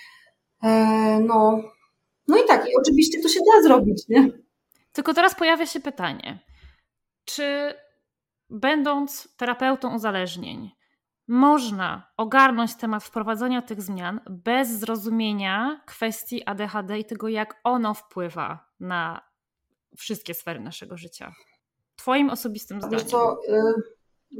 E, no, no i tak, i oczywiście to się da zrobić, nie? Tylko teraz pojawia się pytanie, czy będąc terapeutą uzależnień można ogarnąć temat wprowadzenia tych zmian bez zrozumienia kwestii A D H D i tego, jak ono wpływa na wszystkie sfery naszego życia? Twoim osobistym zdaniem. Wiesz co, y,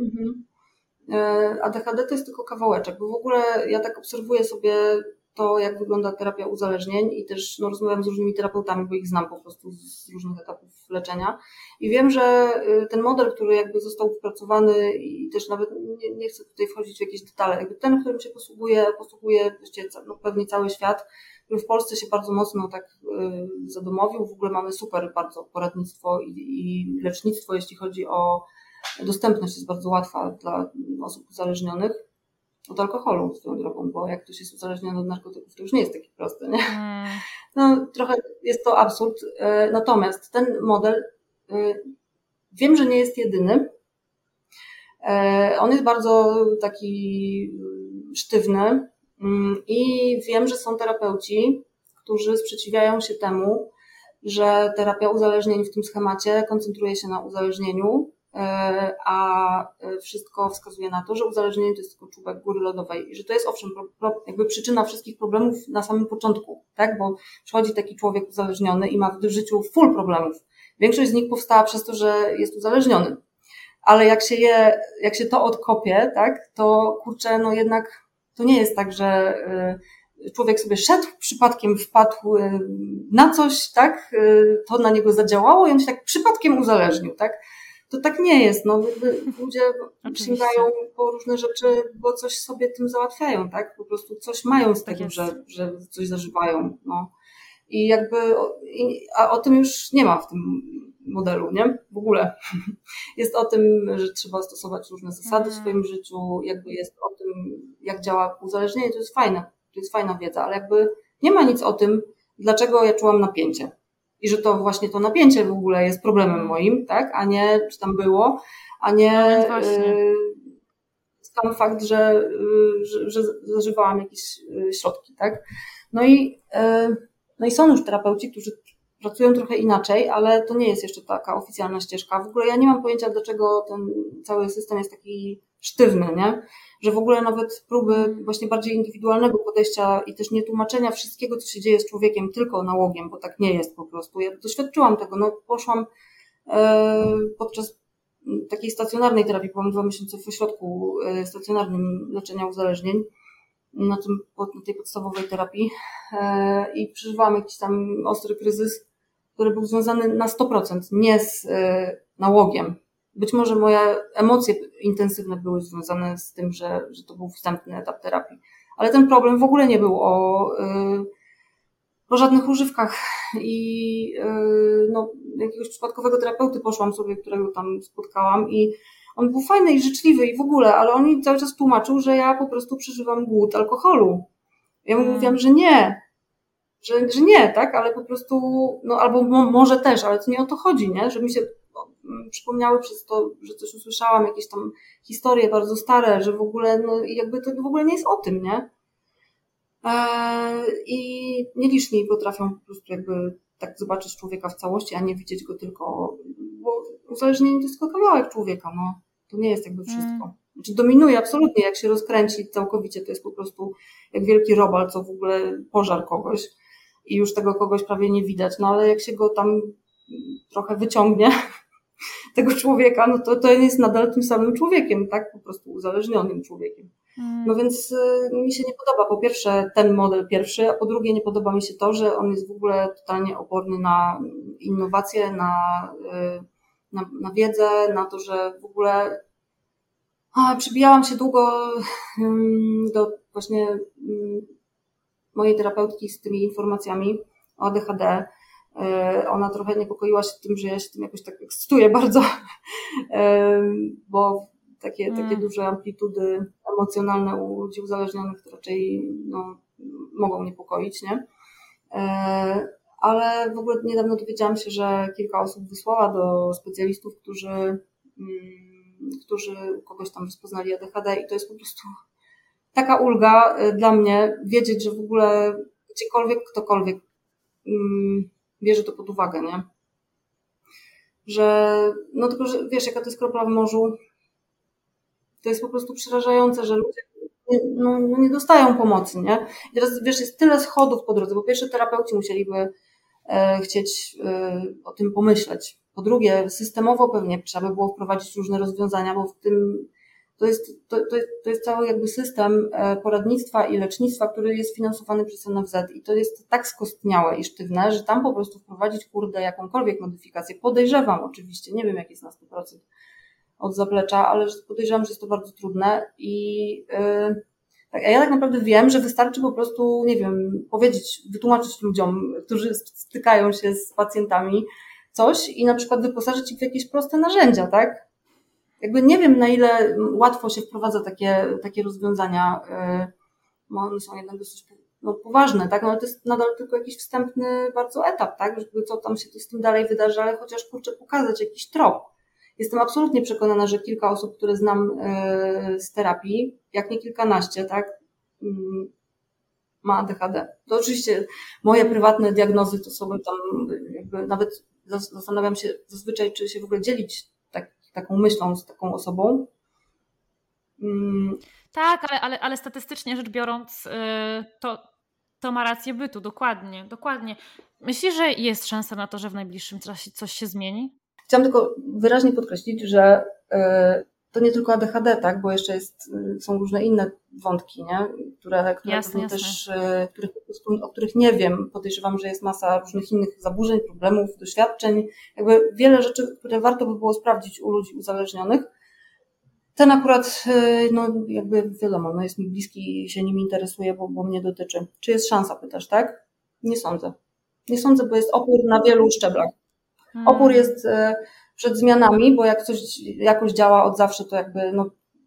y, A D H D to jest tylko kawałeczek, bo w ogóle ja tak obserwuję sobie to, jak wygląda terapia uzależnień i też no, rozmawiam z różnymi terapeutami, bo ich znam po prostu z różnych etapów leczenia i wiem, że ten model, który jakby został wypracowany i też nawet nie, nie chcę tutaj wchodzić w jakieś detale, jakby ten, którym się posługuje, posługuje no, pewnie cały świat, który w Polsce się bardzo mocno tak zadomowił. W ogóle mamy super bardzo poradnictwo i, i lecznictwo, jeśli chodzi o dostępność, jest bardzo łatwa dla osób uzależnionych od alkoholu swoją drogą, bo jak ktoś jest uzależniony od narkotyków, to już nie jest takie proste, nie? No trochę jest to absurd. Natomiast ten model, wiem, że nie jest jedyny. On jest bardzo taki sztywny i wiem, że są terapeuci, którzy sprzeciwiają się temu, że terapia uzależnień w tym schemacie koncentruje się na uzależnieniu, a wszystko wskazuje na to, że uzależnienie to jest tylko czubek góry lodowej i że to jest owszem jakby przyczyna wszystkich problemów na samym początku, tak? Bo przychodzi taki człowiek uzależniony i ma w życiu full problemów. Większość z nich powstała przez to, że jest uzależniony. Ale jak się je, jak się to odkopie, tak, to kurczę, no jednak to nie jest tak, że człowiek sobie szedł, przypadkiem wpadł na coś, tak, to na niego zadziałało i on się tak przypadkiem uzależnił, tak. To tak nie jest, no ludzie sięgają po różne rzeczy, bo coś sobie tym załatwiają, tak, po prostu coś mają z tego, że, że coś zażywają, no. I jakby, a o tym już nie ma w tym modelu, nie? W ogóle. Jest o tym, że trzeba stosować różne zasady w swoim życiu, jakby jest o tym, jak działa uzależnienie, to jest fajne, to jest fajna wiedza, ale jakby nie ma nic o tym, dlaczego ja czułam napięcie. I że to właśnie to napięcie w ogóle jest problemem moim, tak? A nie, czy tam było, a nie no yy, sam fakt, że, yy, że, że zażywałam jakieś yy, środki, tak? No i, yy, no i są już terapeuci, którzy pracują trochę inaczej, ale to nie jest jeszcze taka oficjalna ścieżka. W ogóle ja nie mam pojęcia, dlaczego ten cały system jest taki sztywny, nie? Że w ogóle nawet próby właśnie bardziej indywidualnego podejścia i też nie tłumaczenia wszystkiego, co się dzieje z człowiekiem tylko nałogiem, bo tak nie jest po prostu. Ja doświadczyłam tego, no poszłam e, podczas takiej stacjonarnej terapii, byłam dwa miesiące w ośrodku e, stacjonarnym leczenia uzależnień, na, tym, na tej podstawowej terapii e, i przeżywałam jakiś tam ostry kryzys, który był związany na sto procent nie z e, nałogiem. Być może moje emocje intensywne były związane z tym, że, że to był wstępny etap terapii. Ale ten problem w ogóle nie był o, e, o żadnych używkach i e, no, jakiegoś przypadkowego terapeuty poszłam sobie, którego tam spotkałam i on był fajny i życzliwy i w ogóle, ale on mi cały czas tłumaczył, że ja po prostu przeżywam głód alkoholu. Ja mu mówiłam, że nie, że, że nie, tak, ale po prostu, no albo mo, może też, ale to nie o to chodzi, nie, że mi się no, przypomniały przez to, że coś usłyszałam, jakieś tam historie bardzo stare, że w ogóle, no jakby to w ogóle nie jest o tym, nie. Eee, I nieliczni potrafią po prostu jakby tak zobaczyć człowieka w całości, a nie widzieć go tylko, bo uzależnienie to jest tylko kawałek człowieka, no. To nie jest jakby wszystko. Znaczy dominuje absolutnie, jak się rozkręci całkowicie, to jest po prostu jak wielki robal, co w ogóle pożar kogoś i już tego kogoś prawie nie widać, no ale jak się go tam trochę wyciągnie, tego człowieka, no to to jest nadal tym samym człowiekiem, tak? Po prostu uzależnionym człowiekiem. No więc y, mi się nie podoba po pierwsze ten model pierwszy, a po drugie nie podoba mi się to, że on jest w ogóle totalnie oporny na innowacje, na, y, na, na wiedzę, na to, że w ogóle a, przybijałam się długo y, do właśnie y, mojej terapeutki z tymi informacjami o A D H D. Y, ona trochę niepokoiła się tym, że ja się tym jakoś tak ekscytuję bardzo, y, bo takie, mm. takie duże amplitudy emocjonalne u ludzi uzależnionych to raczej no, mogą niepokoić, nie? Ale w ogóle niedawno dowiedziałam się, że kilka osób wysłała do specjalistów, którzy, którzy kogoś tam rozpoznali A D H D i to jest po prostu taka ulga dla mnie wiedzieć, że w ogóle gdziekolwiek, ktokolwiek bierze to pod uwagę, nie? Że, no tylko, że wiesz, jaka to jest kropla w morzu. To jest po prostu przerażające, że ludzie nie, no, no nie dostają pomocy, nie? I teraz, wiesz, jest tyle schodów po drodze. Po pierwsze, terapeuci musieliby e, chcieć e, o tym pomyśleć. Po drugie, systemowo pewnie trzeba by było wprowadzić różne rozwiązania, bo w tym to jest, to, to, to jest cały jakby system poradnictwa i lecznictwa, który jest finansowany przez N F Z i to jest tak skostniałe i sztywne, że tam po prostu wprowadzić, kurde, jakąkolwiek modyfikację. Podejrzewam oczywiście, nie wiem jak jest na sto procent od zaplecza, ale podejrzewam, że jest to bardzo trudne i yy, Tak, a ja tak naprawdę wiem, że wystarczy po prostu, nie wiem, powiedzieć, wytłumaczyć ludziom, którzy stykają się z pacjentami coś i na przykład wyposażyć ich w jakieś proste narzędzia, tak? Jakby nie wiem, na ile łatwo się wprowadza takie, takie rozwiązania, bo one są jednak dosyć no, poważne, tak? No ale to jest nadal tylko jakiś wstępny bardzo etap, tak? Żeby co tam się z tym dalej wydarzy, ale chociaż kurczę pokazać jakiś trop. Jestem absolutnie przekonana, że kilka osób, które znam z terapii, jak nie kilkanaście, tak, ma A D H D. To oczywiście moje prywatne diagnozy to są tam, jakby nawet zastanawiam się zazwyczaj, czy się w ogóle dzielić tak, taką myślą z taką osobą. Tak, ale, ale, ale statystycznie rzecz biorąc, to, to ma rację bytu, dokładnie, dokładnie. Myślisz, że jest szansa na to, że w najbliższym czasie coś się zmieni? Chciałam tylko wyraźnie podkreślić, że to nie tylko A D H D, tak, bo jeszcze jest, są różne inne wątki, nie? które, które jasne, jasne. też, których, o których nie wiem. Podejrzewam, że jest masa różnych innych zaburzeń, problemów, doświadczeń, jakby wiele rzeczy, które warto by było sprawdzić u ludzi uzależnionych. Ten akurat, no jakby wiadomo, no jest mi bliski i się nim interesuje, bo, bo mnie dotyczy. Czy jest szansa, pytasz, tak? Nie sądzę. Nie sądzę, bo jest opór na wielu szczeblach. Opór jest przed zmianami, bo jak coś jakoś działa od zawsze, to jakby no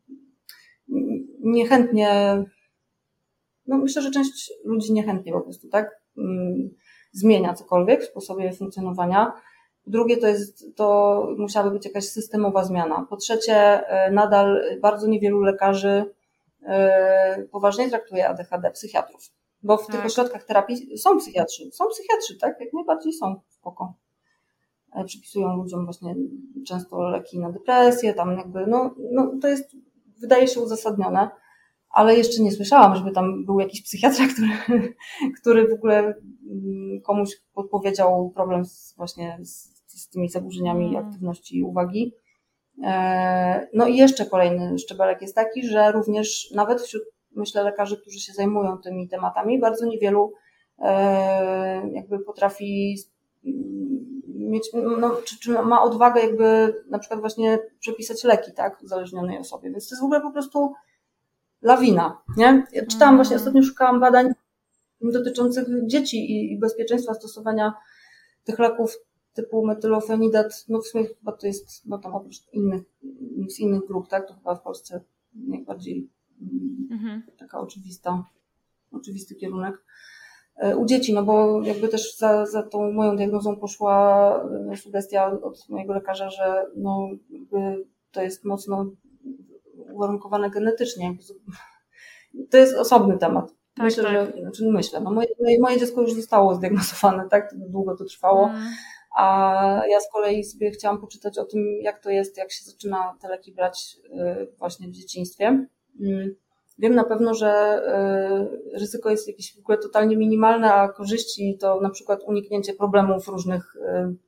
niechętnie, no myślę, że część ludzi niechętnie po prostu, tak, zmienia cokolwiek w sposobie funkcjonowania. Drugie to jest, to musiałaby być jakaś systemowa zmiana. Po trzecie, nadal bardzo niewielu lekarzy poważnie traktuje A D H D, psychiatrów, bo w tak. tych ośrodkach terapii są psychiatrzy, są psychiatrzy, tak, jak najbardziej są, spoko. Przypisują ludziom właśnie często leki na depresję, tam jakby, no, no to jest, wydaje się uzasadnione, ale jeszcze nie słyszałam, żeby tam był jakiś psychiatra, który, który w ogóle komuś podpowiedział problem z, właśnie z, z tymi zaburzeniami mm. aktywności i uwagi. No i jeszcze kolejny szczebelek jest taki, że również nawet wśród, myślę, lekarzy, którzy się zajmują tymi tematami, bardzo niewielu jakby potrafi mieć, no, czy, czy ma odwagę jakby na przykład właśnie przepisać leki, tak, uzależnionej osobie, więc to jest w ogóle po prostu lawina, nie? Ja czytałam mm. właśnie, ostatnio szukałam badań dotyczących dzieci i, i bezpieczeństwa stosowania tych leków typu metylofenidat, no w sumie chyba to jest, no tam oprócz innych, z innych grup, tak, to chyba w Polsce najbardziej mm. taka oczywista, oczywisty kierunek. U dzieci, no bo jakby też za, za tą moją diagnozą poszła sugestia od mojego lekarza, że no jakby to jest mocno uwarunkowane genetycznie. To jest osobny temat. Tak, myślę, tak. że, znaczy myślę, no moje, moje dziecko już zostało zdiagnozowane, tak, długo to trwało, mm. a ja z kolei sobie chciałam poczytać o tym, jak to jest, jak się zaczyna te leki brać właśnie w dzieciństwie. Wiem na pewno, że ryzyko jest jakieś w ogóle totalnie minimalne, a korzyści to na przykład uniknięcie problemów różnych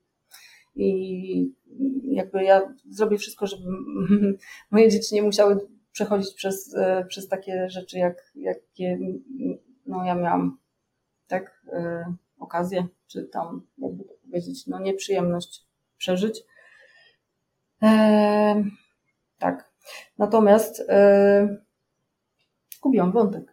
i jakby ja zrobię wszystko, żeby moje dzieci nie musiały przechodzić przez, przez takie rzeczy, jak, jakie no ja miałam, tak, okazję, czy tam, jakby to powiedzieć, no nieprzyjemność przeżyć. E, tak. Natomiast e, zgubiłam wątek.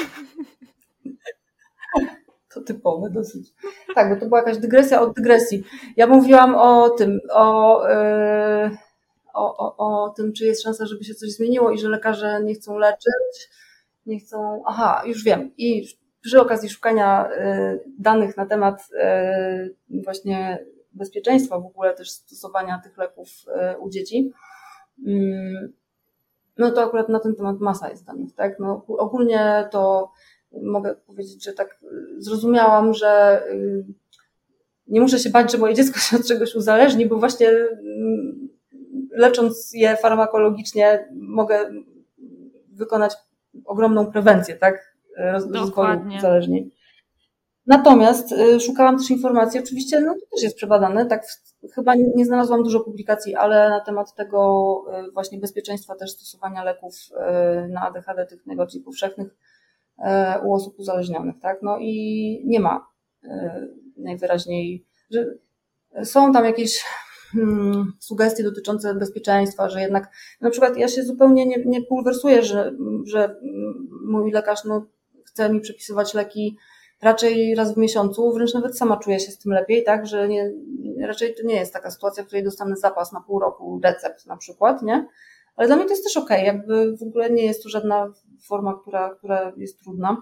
To typowe dosyć. Tak, bo to była jakaś dygresja od dygresji. Ja mówiłam o tym, o, yy, o, o, o tym, czy jest szansa, żeby się coś zmieniło i że lekarze nie chcą leczyć, nie chcą... Aha, już wiem. I przy okazji szukania yy, danych na temat yy, właśnie bezpieczeństwa w ogóle też stosowania tych leków yy, u dzieci, yy, no to akurat na ten temat masa jest danych, tak? No, ogólnie to mogę powiedzieć, że tak zrozumiałam, że nie muszę się bać, że moje dziecko się od czegoś uzależni, bo właśnie lecząc je farmakologicznie mogę wykonać ogromną prewencję, tak? Rozwoju uzależnień. Natomiast szukałam też informacji, oczywiście no to też jest przebadane, tak chyba nie znalazłam dużo publikacji, ale na temat tego właśnie bezpieczeństwa też stosowania leków na A D H D, tych najbardziej powszechnych u osób uzależnionych, tak? No i nie ma najwyraźniej, że są tam jakieś hmm, sugestie dotyczące bezpieczeństwa, że jednak na przykład ja się zupełnie nie, nie bulwersuję, że, że mój lekarz no, chce mi przepisywać leki raczej raz w miesiącu, wręcz nawet sama czuję się z tym lepiej, tak, że nie, raczej to nie jest taka sytuacja, w której dostanę zapas na pół roku recept na przykład, nie? Ale dla mnie to jest też okej, jakby w ogóle nie jest to żadna forma, która, która jest trudna.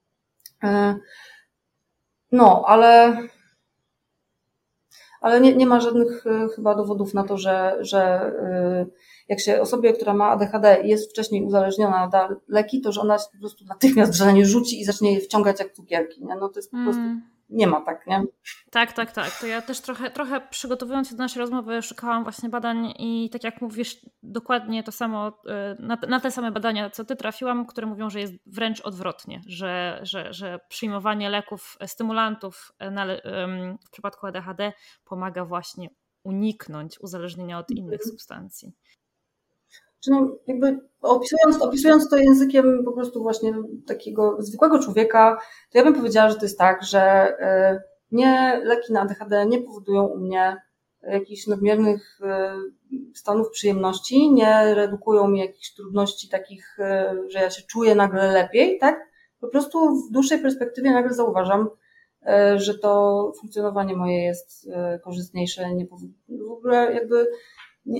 No, ale ale nie, nie ma żadnych chyba dowodów na to, że, że jak się osobie, która ma A D H D i jest wcześniej uzależniona, da leki, to że ona się po prostu natychmiast że na nie rzuci i zacznie je wciągać jak cukierki. Nie? No to jest po prostu, nie ma tak, nie? Tak, tak, tak. To ja też trochę, trochę przygotowując się do naszej rozmowy szukałam właśnie badań i tak jak mówisz, dokładnie to samo, na, na te same badania, co ty trafiłam, które mówią, że jest wręcz odwrotnie, że, że, że przyjmowanie leków, stymulantów na, w przypadku A D H D pomaga właśnie uniknąć uzależnienia od innych mhm. substancji. No, jakby opisując, opisując to językiem po prostu właśnie takiego zwykłego człowieka, to ja bym powiedziała, że to jest tak, że nie leki na A D H D nie powodują u mnie jakichś nadmiernych stanów przyjemności, nie redukują mi jakichś trudności takich, że ja się czuję nagle lepiej, tak? Po prostu w dłuższej perspektywie nagle zauważam, że to funkcjonowanie moje jest korzystniejsze, nie w ogóle jakby nie,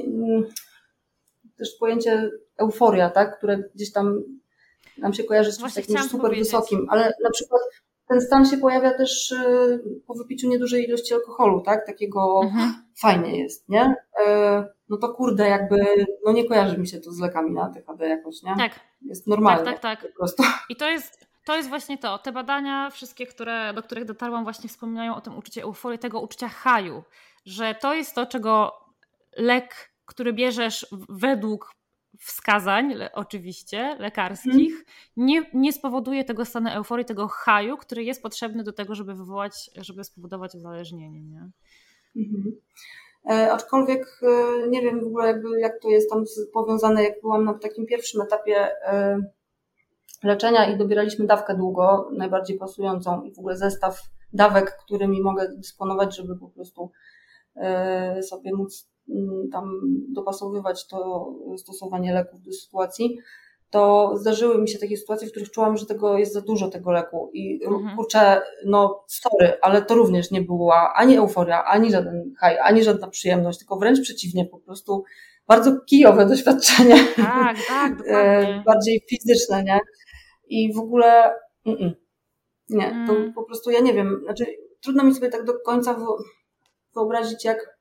też pojęcie euforia, tak, które gdzieś tam nam się kojarzy z czymś takim super powiedzieć. Wysokim, ale na przykład ten stan się pojawia też po wypiciu niedużej ilości alkoholu, tak, takiego mhm. fajnie jest, nie? No to kurde, jakby, no nie kojarzy mi się to z lekami na A D H D jakoś, nie? Tak. Jest normalne. Tak, tak, tak. Po prostu. I to jest, to jest właśnie to. Te badania, wszystkie, które, do których dotarłam, właśnie wspominają o tym uczuciu euforii, tego uczucia haju, że to jest to, czego lek, który bierzesz według wskazań, oczywiście, lekarskich, hmm. nie, nie spowoduje tego stanu euforii, tego haju, który jest potrzebny do tego, żeby wywołać, żeby spowodować uzależnienie, nie? Mhm. E, aczkolwiek e, nie wiem w ogóle jakby, jak to jest tam powiązane, jak byłam na takim pierwszym etapie e, leczenia i dobieraliśmy dawkę długo, najbardziej pasującą i w ogóle zestaw dawek, którymi mogę dysponować, żeby po prostu e, sobie móc tam dopasowywać to stosowanie leków do sytuacji, to zdarzyły mi się takie sytuacje, w których czułam, że tego jest za dużo tego leku i mhm. kurczę, no sorry, ale to również nie była ani euforia, ani żaden high, ani żadna przyjemność, tylko wręcz przeciwnie, po prostu bardzo kijowe doświadczenie. Tak, tak, dokładnie. Bardziej fizyczne, nie? I w ogóle mm, nie, mm. to po prostu ja nie wiem, znaczy trudno mi sobie tak do końca wyobrazić, jak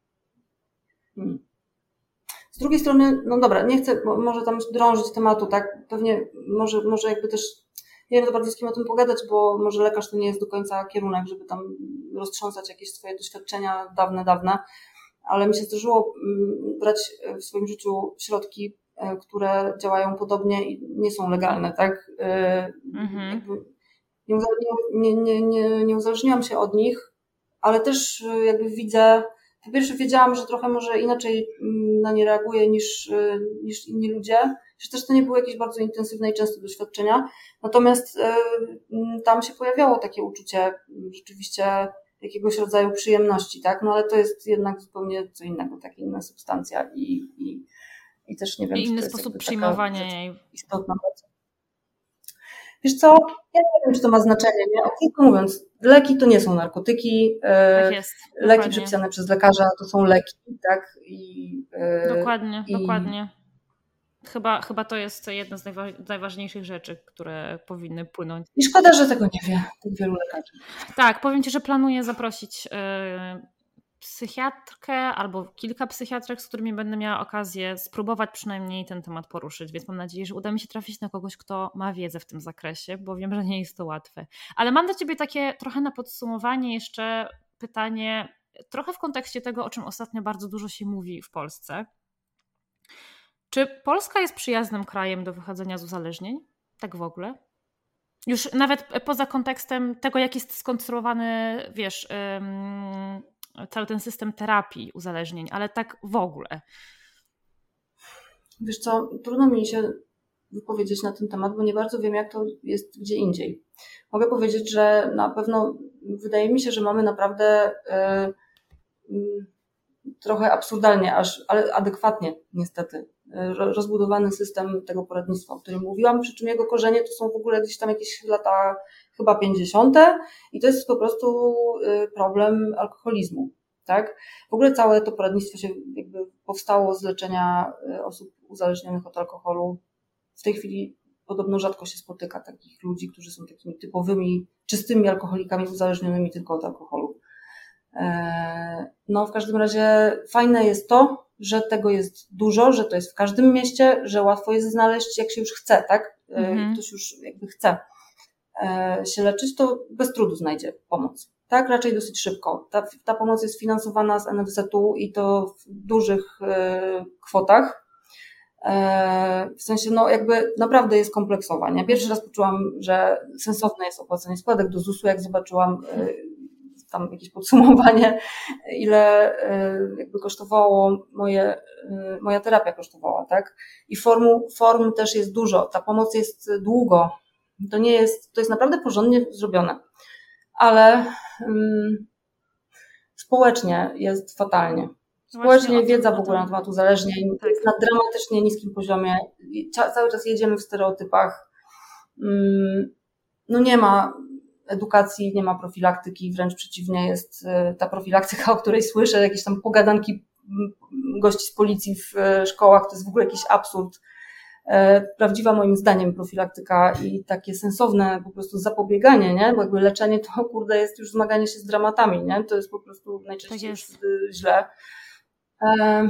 z drugiej strony, no dobra, nie chcę może tam drążyć tematu, tak, pewnie może, może jakby też, nie wiem za bardzo z kim o tym pogadać, bo może lekarz to nie jest do końca kierunek, żeby tam roztrząsać jakieś swoje doświadczenia dawne, dawne, ale mi się zdarzyło brać w swoim życiu środki, które działają podobnie i nie są legalne, tak, mhm. jakby nie, nie, nie, nie, nie uzależniłam się od nich, ale też jakby widzę. Po pierwsze wiedziałam, że trochę może inaczej na nie reaguję niż, niż inni ludzie, że też to nie były jakieś bardzo intensywne i częste doświadczenia. Natomiast y, tam się pojawiało takie uczucie rzeczywiście jakiegoś rodzaju przyjemności, tak? No ale to jest jednak zupełnie co innego, taka inna substancja i, i, i też nie wiem, I czy inny to jest sposób przyjmowania jej. Istotna bardzo. Wiesz co, ja nie wiem, czy to ma znaczenie, nie? Krótko mówiąc, leki to nie są narkotyki, tak jest, leki dokładnie. Przepisane przez lekarza to są leki, tak? I, dokładnie, i... dokładnie. Chyba, chyba to jest jedna z najwa- najważniejszych rzeczy, które powinny płynąć. I szkoda, że tego nie wie tak wielu lekarzy. Tak, powiem Ci, że planuję zaprosić yy, psychiatrkę albo kilka psychiatrek, z którymi będę miała okazję spróbować przynajmniej ten temat poruszyć, więc mam nadzieję, że uda mi się trafić na kogoś, kto ma wiedzę w tym zakresie, bo wiem, że nie jest to łatwe. Ale mam do Ciebie takie trochę na podsumowanie jeszcze pytanie, trochę w kontekście tego, o czym ostatnio bardzo dużo się mówi w Polsce. Czy Polska jest przyjaznym krajem do wychodzenia z uzależnień? Tak w ogóle? Już nawet poza kontekstem tego, jak jest skonstruowany, wiesz, um, cały ten system terapii uzależnień, ale tak w ogóle. Wiesz co, trudno mi się wypowiedzieć na ten temat, bo nie bardzo wiem, jak to jest gdzie indziej. Mogę powiedzieć, że na pewno wydaje mi się, że mamy naprawdę yy, trochę absurdalnie, aż, ale adekwatnie niestety, rozbudowany system tego poradnictwa, o którym mówiłam, przy czym jego korzenie to są w ogóle gdzieś tam jakieś lata chyba pięćdziesiąte i to jest po prostu problem alkoholizmu, tak? W ogóle całe to poradnictwo się jakby powstało z leczenia osób uzależnionych od alkoholu. W tej chwili podobno rzadko się spotyka takich ludzi, którzy są takimi typowymi, czystymi alkoholikami uzależnionymi tylko od alkoholu. No w każdym razie fajne jest to, że tego jest dużo, że to jest w każdym mieście, że łatwo jest znaleźć, jak się już chce, tak? Mhm. Ktoś już jakby chce się leczyć, to bez trudu znajdzie pomoc. Tak, raczej dosyć szybko. Ta, ta pomoc jest finansowana z en ef zet u i to w dużych e, kwotach. E, w sensie, no jakby naprawdę jest kompleksowa. Nie? Pierwszy raz poczułam, że sensowne jest opłacenie składek do zusu, jak zobaczyłam e, tam jakieś podsumowanie, ile e, jakby kosztowało moje, e, moja terapia kosztowała, tak? I formu, form też jest dużo. Ta pomoc jest długo. To nie jest, to jest naprawdę porządnie zrobione. Ale um, społecznie jest fatalnie. Społecznie wiedza w ogóle na temat uzależnień tak. jest na dramatycznie niskim poziomie. Cały czas jedziemy w stereotypach. Um, no nie ma edukacji, nie ma profilaktyki, wręcz przeciwnie jest ta profilaktyka, o której słyszę, jakieś tam pogadanki gości z policji w szkołach, to jest w ogóle jakiś absurd. Prawdziwa moim zdaniem profilaktyka i takie sensowne po prostu zapobieganie, nie? Bo jakby leczenie to kurde jest już zmaganie się z dramatami, nie? To jest po prostu najczęściej tak jest. źle. E,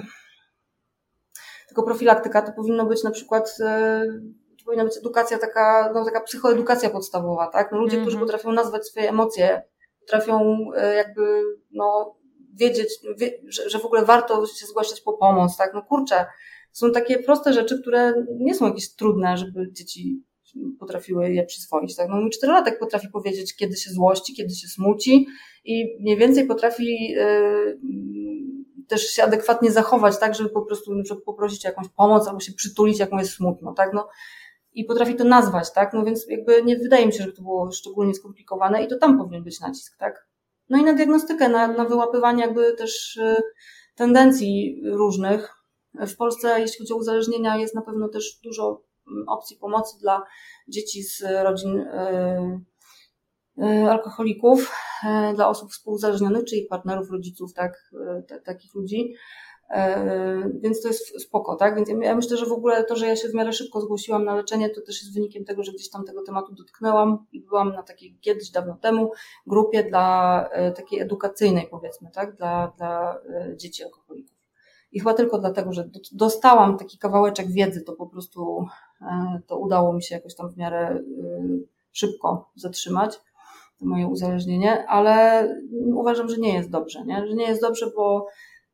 tylko profilaktyka to powinno być na przykład, e, to powinna być edukacja taka, no taka psychoedukacja podstawowa, tak? No ludzie, mm-hmm. którzy potrafią nazwać swoje emocje, potrafią e, jakby, no wiedzieć, wie, że, że w ogóle warto się zgłaszać po pomoc, tak? No kurczę, są takie proste rzeczy, które nie są jakieś trudne, żeby dzieci potrafiły je przyswoić. Tak? No, mój czterolatek potrafi powiedzieć, kiedy się złości, kiedy się smuci i mniej więcej potrafi yy, też się adekwatnie zachować, tak, żeby po prostu na przykład poprosić o jakąś pomoc albo się przytulić, jak mu jest smutno. Tak? No, i potrafi to nazwać, tak? No więc jakby nie wydaje mi się, żeby to było szczególnie skomplikowane i to tam powinien być nacisk, tak? No i na diagnostykę, na, na wyłapywanie jakby też yy, tendencji różnych. W Polsce, jeśli chodzi o uzależnienia, jest na pewno też dużo opcji pomocy dla dzieci z rodzin alkoholików, dla osób współuzależnionych, czy ich partnerów, rodziców, tak, t- takich ludzi. Więc to jest spoko, tak? Więc ja myślę, że w ogóle to, że ja się w miarę szybko zgłosiłam na leczenie, to też jest wynikiem tego, że gdzieś tam tego tematu dotknęłam i byłam na takiej kiedyś, dawno temu, grupie dla takiej edukacyjnej, powiedzmy, tak? Dla, dla dzieci alkoholików. I chyba tylko dlatego, że dostałam taki kawałeczek wiedzy, to po prostu to udało mi się jakoś tam w miarę szybko zatrzymać to moje uzależnienie, ale uważam, że nie jest dobrze, nie? Że nie jest dobrze, bo,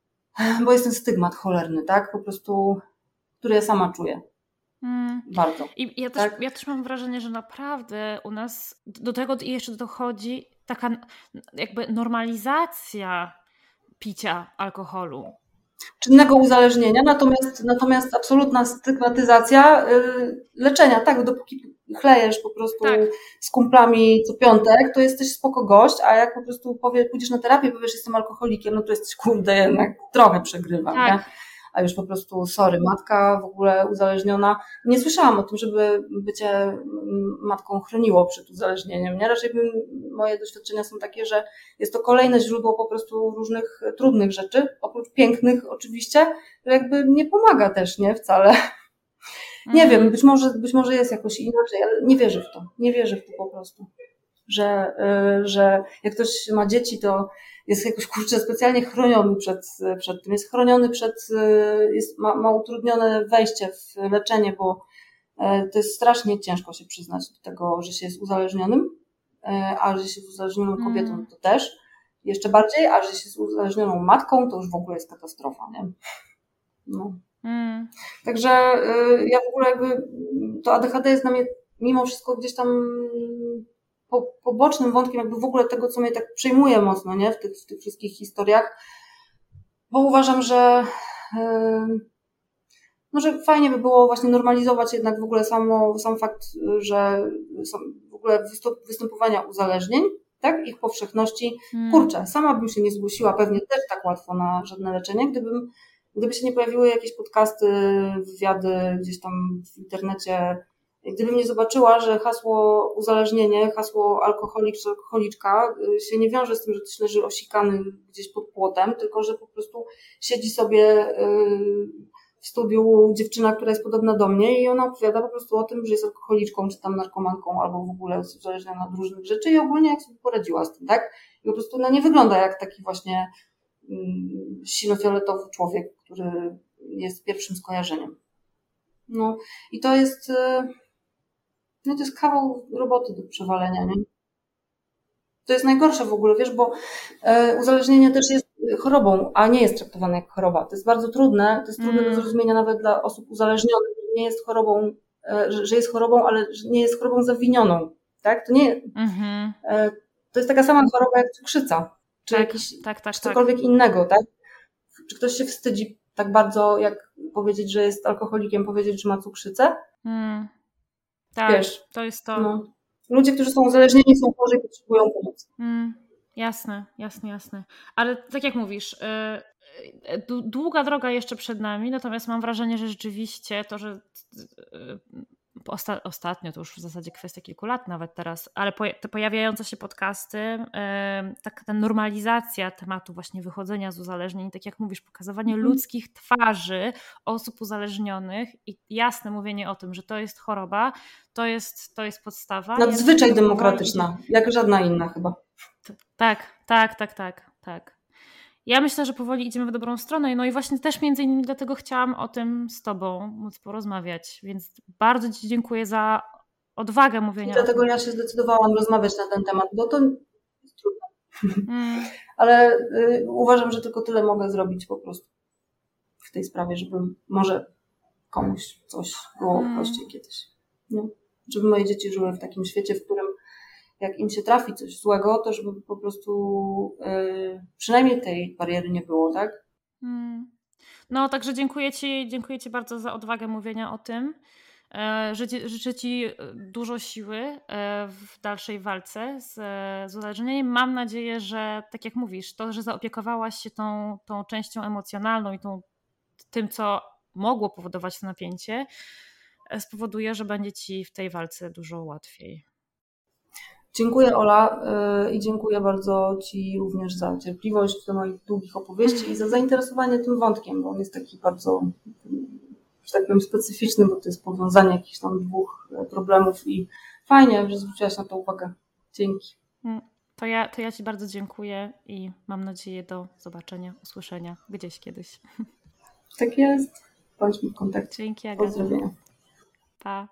bo jest ten stygmat cholerny, tak? Po prostu, który ja sama czuję. Mm. Bardzo. I ja też, tak? ja też mam wrażenie, że naprawdę u nas do tego jeszcze dochodzi taka jakby normalizacja picia alkoholu. Czynnego uzależnienia, natomiast, natomiast absolutna stygmatyzacja yy, leczenia, tak, dopóki chlejesz po prostu tak. z kumplami co piątek, to jesteś spoko gość, a jak po prostu powie, pójdziesz na terapię, powiesz, jestem alkoholikiem, no to jesteś kurde jednak trochę przegrywam, tak. nie? A już po prostu sorry, matka w ogóle uzależniona. Nie słyszałam o tym, żeby bycie matką chroniło przed uzależnieniem, nie? Raczej bym, moje doświadczenia są takie, że jest to kolejne źródło po prostu różnych trudnych rzeczy, oprócz pięknych oczywiście, że jakby nie pomaga też, nie? Wcale. Nie mm. wiem, być może, być może jest jakoś inaczej, ale nie wierzę w to. Nie wierzę w to po prostu. Że, yy, że jak ktoś ma dzieci, to jest jakoś, kurczę, specjalnie chroniony przed, przed tym. Jest chroniony przed, jest, ma, ma utrudnione wejście w leczenie, bo to jest strasznie ciężko się przyznać do tego, że się jest uzależnionym, a że się jest uzależnioną kobietą, mm. to też. Jeszcze bardziej, a że się jest uzależnioną matką, to już w ogóle jest katastrofa, nie? No. Mm. Także ja w ogóle jakby, to A D H D jest dla mnie mimo wszystko gdzieś tam po, pobocznym wątkiem jakby w ogóle tego, co mnie tak przejmuje mocno, nie? W tych, w tych wszystkich historiach, bo uważam, że yy, no, że fajnie by było właśnie normalizować jednak w ogóle samo, sam fakt, że są w ogóle występ, występowania uzależnień, tak? Ich powszechności. Hmm. Kurczę, sama bym się nie zgłosiła pewnie też tak łatwo na żadne leczenie, gdybym, gdyby się nie pojawiły jakieś podcasty, wywiady gdzieś tam w internecie, gdybym nie zobaczyła, że hasło uzależnienie, hasło alkoholik czy alkoholiczka się nie wiąże z tym, że ktoś leży osikany gdzieś pod płotem, tylko że po prostu siedzi sobie w studiu dziewczyna, która jest podobna do mnie i ona opowiada po prostu o tym, że jest alkoholiczką, czy tam narkomanką, albo w ogóle jest uzależniona od różnych rzeczy i ogólnie jak sobie poradziła z tym, tak? I po prostu ona nie wygląda jak taki właśnie um, sino-fioletowy człowiek, który jest pierwszym skojarzeniem. No i to jest no to jest kawał roboty do przewalenia, nie? To jest najgorsze w ogóle, wiesz, bo e, uzależnienie też jest chorobą, a nie jest traktowane jak choroba. To jest bardzo trudne, to jest trudne mm. do zrozumienia nawet dla osób uzależnionych, że nie jest chorobą, e, że, że jest chorobą, ale że nie jest chorobą zawinioną, tak? To nie, mm-hmm. e, to jest taka sama choroba jak cukrzyca, czy tak, jakiś, tak, tak, czy cokolwiek tak. innego, tak? Czy ktoś się wstydzi tak bardzo, jak powiedzieć, że jest alkoholikiem, powiedzieć, że ma cukrzycę? Mm. Tak, wiesz, to jest to. No. Ludzie, którzy są uzależnieni, są chorzy i potrzebują pomocy. Mm, jasne, jasne, jasne. Ale tak jak mówisz, yy, długa droga jeszcze przed nami, natomiast mam wrażenie, że rzeczywiście to, że yy, osta- ostatnio, to już w zasadzie kwestia kilku lat nawet teraz, ale po, te pojawiające się podcasty, yy, tak ta normalizacja tematu właśnie wychodzenia z uzależnień, tak jak mówisz, pokazywanie mm. ludzkich twarzy osób uzależnionych i jasne mówienie o tym, że to jest choroba, to jest, to jest podstawa. Nadzwyczaj ja demokratyczna, powoli... jak żadna inna chyba. Tak, tak, tak, tak, tak. Ja myślę, że powoli idziemy w dobrą stronę, no i właśnie też między innymi dlatego chciałam o tym z Tobą móc porozmawiać, więc bardzo Ci dziękuję za odwagę mówienia. I dlatego o tym. Ja się zdecydowałam rozmawiać na ten temat, bo to jest trudne. Mm. Ale y, uważam, że tylko tyle mogę zrobić po prostu w tej sprawie, żeby może komuś coś było mm. prościej kiedyś. Nie? Żeby moje dzieci żyły w takim świecie, w którym jak im się trafi coś złego, to żeby po prostu yy, przynajmniej tej bariery nie było, tak? Mm. No, także dziękuję Ci, dziękuję Ci bardzo za odwagę mówienia o tym. Życzę, życzę Ci dużo siły w dalszej walce z, z uzależnieniem. Mam nadzieję, że tak jak mówisz, to, że zaopiekowałaś się tą, tą częścią emocjonalną i tą, tym, co mogło powodować to napięcie, spowoduje, że będzie Ci w tej walce dużo łatwiej. Dziękuję, Ola, i dziękuję bardzo Ci również za cierpliwość do moich długich opowieści i za zainteresowanie tym wątkiem, bo on jest taki bardzo, że tak powiem, specyficzny, bo to jest powiązanie jakichś tam dwóch problemów i fajnie, że zwróciłaś na to uwagę. Dzięki. To ja, to ja Ci bardzo dziękuję i mam nadzieję do zobaczenia, usłyszenia gdzieś kiedyś. Tak jest. Bądźmy w kontakcie. Dzięki, Agata. Pozdrowienia. Pa.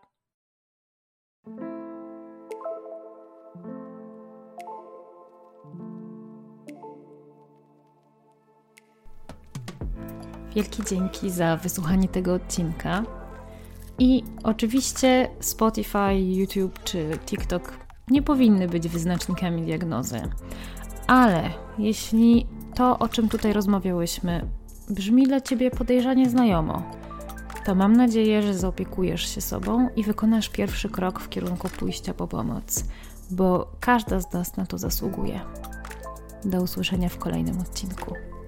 Wielkie dzięki za wysłuchanie tego odcinka. I oczywiście Spotify, YouTube czy TikTok nie powinny być wyznacznikami diagnozy. Ale jeśli to, o czym tutaj rozmawiałyśmy, brzmi dla Ciebie podejrzanie znajomo, to mam nadzieję, że zaopiekujesz się sobą i wykonasz pierwszy krok w kierunku pójścia po pomoc, bo każda z nas na to zasługuje. Do usłyszenia w kolejnym odcinku.